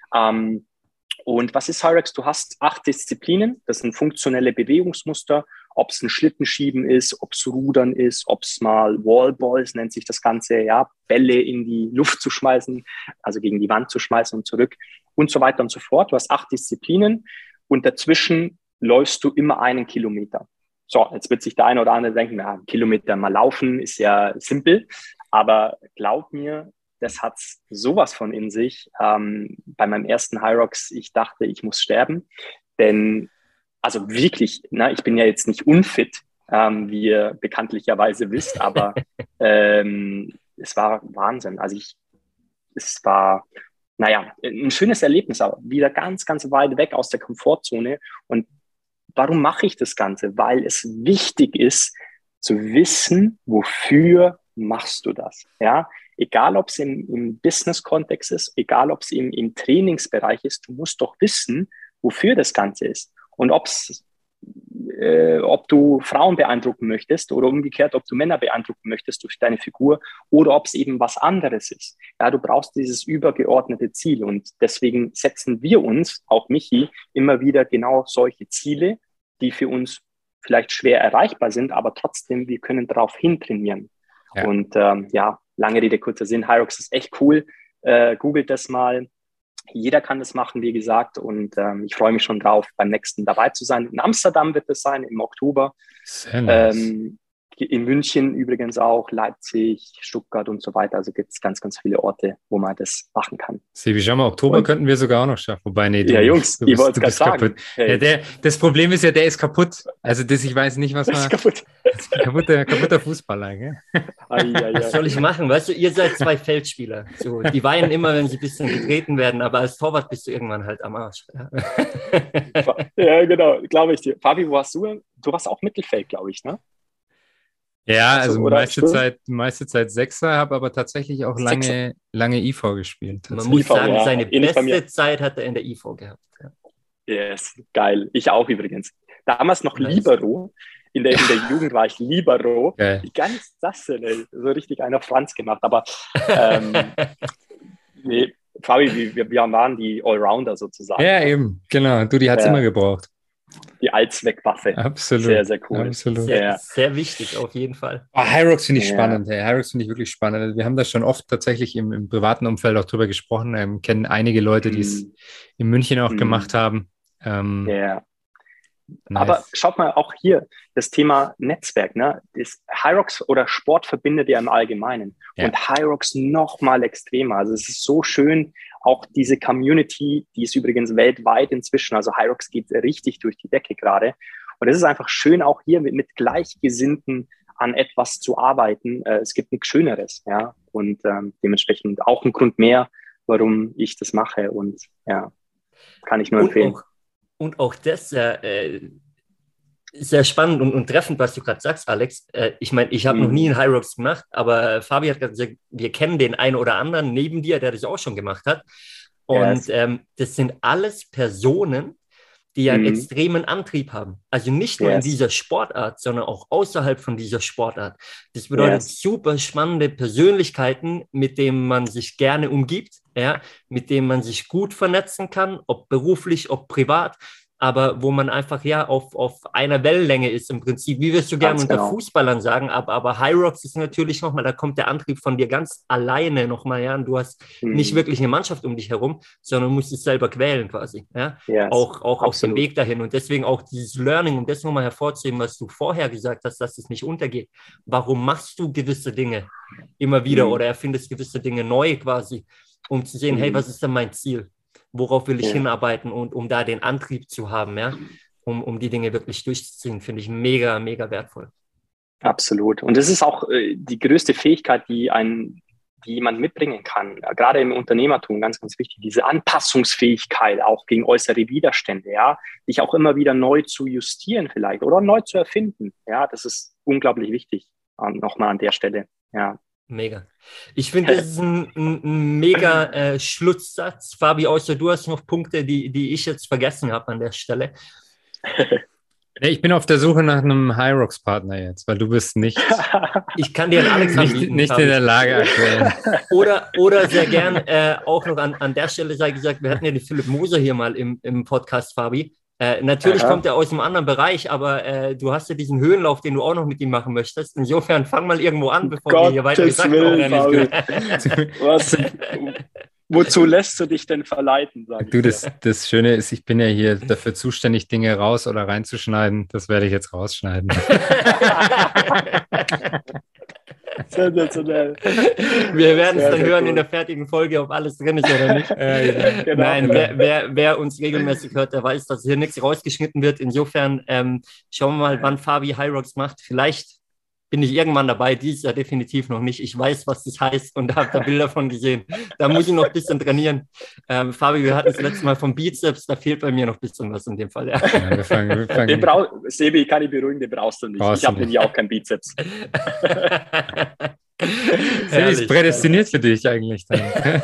Und was ist Hyrox? Du hast 8 Disziplinen, das sind funktionelle Bewegungsmuster, ob es ein Schlittschieben ist, ob es Rudern ist, ob es mal Wallballs, nennt sich das Ganze, ja, Bälle in die Luft zu schmeißen, also gegen die Wand zu schmeißen und zurück und so weiter und so fort. Du hast 8 Disziplinen und dazwischen läufst du immer 1 Kilometer. So, jetzt wird sich der eine oder andere denken, 1 Kilometer mal laufen ist ja simpel, aber glaub mir, das hat sowas von in sich. Bei meinem ersten Hyrox, ich dachte, ich muss sterben, denn, also wirklich, ich bin ja jetzt nicht unfit, wie ihr bekanntlicherweise wisst, aber es war Wahnsinn. Also es war, ein schönes Erlebnis, aber wieder ganz, ganz weit weg aus der Komfortzone. Und warum mache ich das Ganze? Weil es wichtig ist, zu wissen, wofür machst du das? Ja, egal ob es im Business-Kontext ist, egal ob es im Trainingsbereich ist, du musst doch wissen, wofür das Ganze ist. Und ob du Frauen beeindrucken möchtest oder umgekehrt, ob du Männer beeindrucken möchtest durch deine Figur oder ob es eben was anderes ist. Ja, du brauchst dieses übergeordnete Ziel und deswegen setzen wir uns, auch Michi, immer wieder genau solche Ziele, die für uns vielleicht schwer erreichbar sind, aber trotzdem, wir können darauf hintrainieren. Ja. Und lange Rede, kurzer Sinn, Hyrox ist echt cool. Googelt das mal. Jeder kann das machen, wie gesagt. Und ich freue mich schon drauf, beim nächsten dabei zu sein. In Amsterdam wird es sein, im Oktober. Sehr nice. In München übrigens auch, Leipzig, Stuttgart und so weiter. Also gibt es ganz, ganz viele Orte, wo man das machen kann. Sebi, schau mal, Oktober könnten wir sogar auch noch schaffen. Wobei, nee, Jungs, ich wollte es gerade sagen. Kaputt. Hey. Ja, das Problem ist ja, der ist kaputt. Also ich weiß nicht, was man... Das ist kaputt. Kaputter Fußballer, gell? Was soll ich machen? Weißt du, ihr seid 2 Feldspieler. So, die weinen immer, wenn sie ein bisschen getreten werden, aber als Torwart bist du irgendwann halt am Arsch. Ja, genau, glaube ich dir. Fabi, wo warst du? Du warst auch Mittelfeld, glaube ich, ne? Ja, also meiste Zeit Sechser, habe aber tatsächlich auch lange IV gespielt. Man muss sagen, seine beste Zeit hat er in der IV gehabt. Ja. Yes, geil. Ich auch übrigens. Damals noch Libero. In der Jugend war ich Libero. Okay. Ganz sensationell. So richtig einer Franz gemacht. Aber nee, Fabi, wir waren die Allrounder sozusagen. Ja, eben. Genau. Die hat es immer gebraucht. Die Allzweckwaffe. Absolut. Sehr, sehr cool. Absolut. Sehr wichtig, auf jeden Fall. Hyrox finde ich spannend. Hey. Hyrox finde ich wirklich spannend. Wir haben da schon oft tatsächlich im privaten Umfeld auch drüber gesprochen. Kennen einige Leute, die es in München auch gemacht haben. Nice. Aber schaut mal auch hier, das Thema Netzwerk, ne? Das Hyrox oder Sport verbindet ja im Allgemeinen. Ja. Und Hyrox noch mal extremer. Also es ist so schön, auch diese Community, die ist übrigens weltweit inzwischen. Also Hyrox geht richtig durch die Decke gerade. Und es ist einfach schön, auch hier mit Gleichgesinnten an etwas zu arbeiten. Es gibt nichts Schöneres, ja. Und dementsprechend auch ein Grund mehr, warum ich das mache. Und ja, kann ich nur empfehlen. Und auch das sehr spannend und treffend, was du gerade sagst, Alex. Ich meine, ich habe noch nie einen Hyrox gemacht, aber Fabi hat gesagt, wir kennen den einen oder anderen neben dir, der das auch schon gemacht hat. Und das sind alles Personen, die einen extremen Antrieb haben. Also nicht nur in dieser Sportart, sondern auch außerhalb von dieser Sportart. Das bedeutet super spannende Persönlichkeiten, mit denen man sich gerne umgibt, ja, mit denen man sich gut vernetzen kann, ob beruflich, ob privat. aber wo man einfach auf einer Wellenlänge ist im Prinzip. Wie wirst du gerne unter Fußballern sagen, aber Hyrox ist natürlich nochmal, da kommt der Antrieb von dir ganz alleine nochmal, ja, und du hast nicht wirklich eine Mannschaft um dich herum, sondern musst es selber quälen quasi, ja, auch auf dem Weg dahin und deswegen auch dieses Learning, um das nochmal hervorzuheben, was du vorher gesagt hast, dass es nicht untergeht. Warum machst du gewisse Dinge immer wieder oder erfindest gewisse Dinge neu quasi, um zu sehen, hey, was ist denn mein Ziel? Worauf will ich hinarbeiten und um da den Antrieb zu haben, ja, um die Dinge wirklich durchzuziehen, finde ich mega, mega wertvoll. Absolut. Und das ist auch die größte Fähigkeit, die jemand mitbringen kann. Gerade im Unternehmertum, ganz, ganz wichtig, diese Anpassungsfähigkeit auch gegen äußere Widerstände, ja, dich auch immer wieder neu zu justieren vielleicht oder neu zu erfinden. Ja, das ist unglaublich wichtig. Nochmal an der Stelle, ja. Mega. Ich finde, das ist ein mega Schlusssatz. Fabi, außer du hast noch Punkte, die ich jetzt vergessen habe an der Stelle. Ich bin auf der Suche nach einem Hyrox-Partner jetzt, weil du bist nicht... Ich kann dir einen Alex anbieten. Nicht in der Lage aktuell. Oder sehr gern auch noch an der Stelle sei gesagt, wir hatten ja den Philipp Moser hier mal im Podcast, Fabi. Natürlich kommt er aus einem anderen Bereich, aber du hast ja diesen Höhenlauf, den du auch noch mit ihm machen möchtest. Insofern fang mal irgendwo an, bevor wir hier weiter gesagt haben. Wozu lässt du dich denn verleiten? Du, das Schöne ist, ich bin ja hier dafür zuständig, Dinge raus oder reinzuschneiden. Das werde ich jetzt rausschneiden. Sensationell. Wir werden es dann hören in der fertigen Folge, ob alles drin ist oder nicht. Genau. Nein, wer uns regelmäßig hört, der weiß, dass hier nichts rausgeschnitten wird. Insofern schauen wir mal, wann Fabi Hyrox macht. Vielleicht bin ich irgendwann dabei, dieses Jahr definitiv noch nicht. Ich weiß, was das heißt und habe da Bilder von gesehen. Da muss ich noch ein bisschen trainieren. Fabi, wir hatten das letzte Mal vom Bizeps, da fehlt bei mir noch ein bisschen was in dem Fall. Ja. Ja, wir fangen. Sebi, kann ich beruhigen, den brauchst du nicht. Ich habe nämlich auch keinen Bizeps. Sebi ist prädestiniert für dich eigentlich. Dann.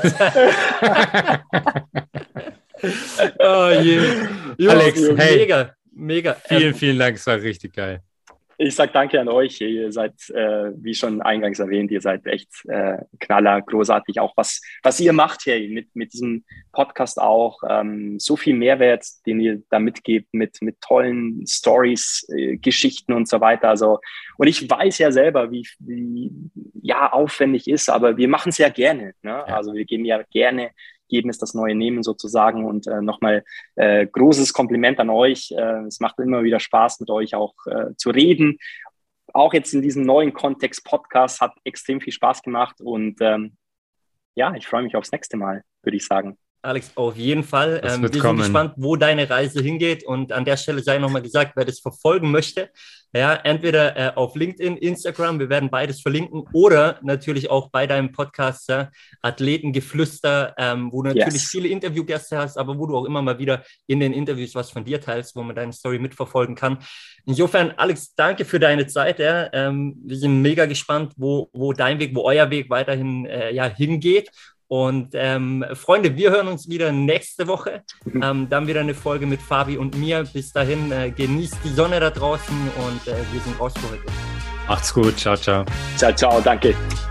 Oh je. Alex, hey, mega. Vielen Dank, es war richtig geil. Ich sage danke an euch. Ihr seid, wie schon eingangs erwähnt, ihr seid echt Knaller, großartig. Auch was ihr macht hier mit diesem Podcast auch. So viel Mehrwert, den ihr da mitgebt mit tollen Stories, Geschichten und so weiter. Also, und ich weiß ja selber, wie aufwendig ist, aber wir machen es ja gerne. Ne? Ja. Also wir geben es das neue Nehmen sozusagen und nochmal großes Kompliment an euch. Es macht immer wieder Spaß, mit euch auch zu reden. Auch jetzt in diesem neuen Kontext Podcast hat extrem viel Spaß gemacht und ich freue mich aufs nächste Mal, würde ich sagen. Alex, auf jeden Fall. Wir sind gespannt, wo deine Reise hingeht. Und an der Stelle sei nochmal gesagt, wer das verfolgen möchte, ja, entweder auf LinkedIn, Instagram, wir werden beides verlinken, oder natürlich auch bei deinem Podcast Athletengeflüster, wo du natürlich viele Interviewgäste hast, aber wo du auch immer mal wieder in den Interviews was von dir teilst, wo man deine Story mitverfolgen kann. Insofern, Alex, danke für deine Zeit. Ja. Wir sind mega gespannt, wo dein Weg, wo euer Weg weiterhin hingeht. Und Freunde, wir hören uns wieder nächste Woche. Dann wieder eine Folge mit Fabi und mir. Bis dahin, genießt die Sonne da draußen und wir sind raus für heute. Macht's gut. Ciao, ciao. Ciao, ciao. Danke.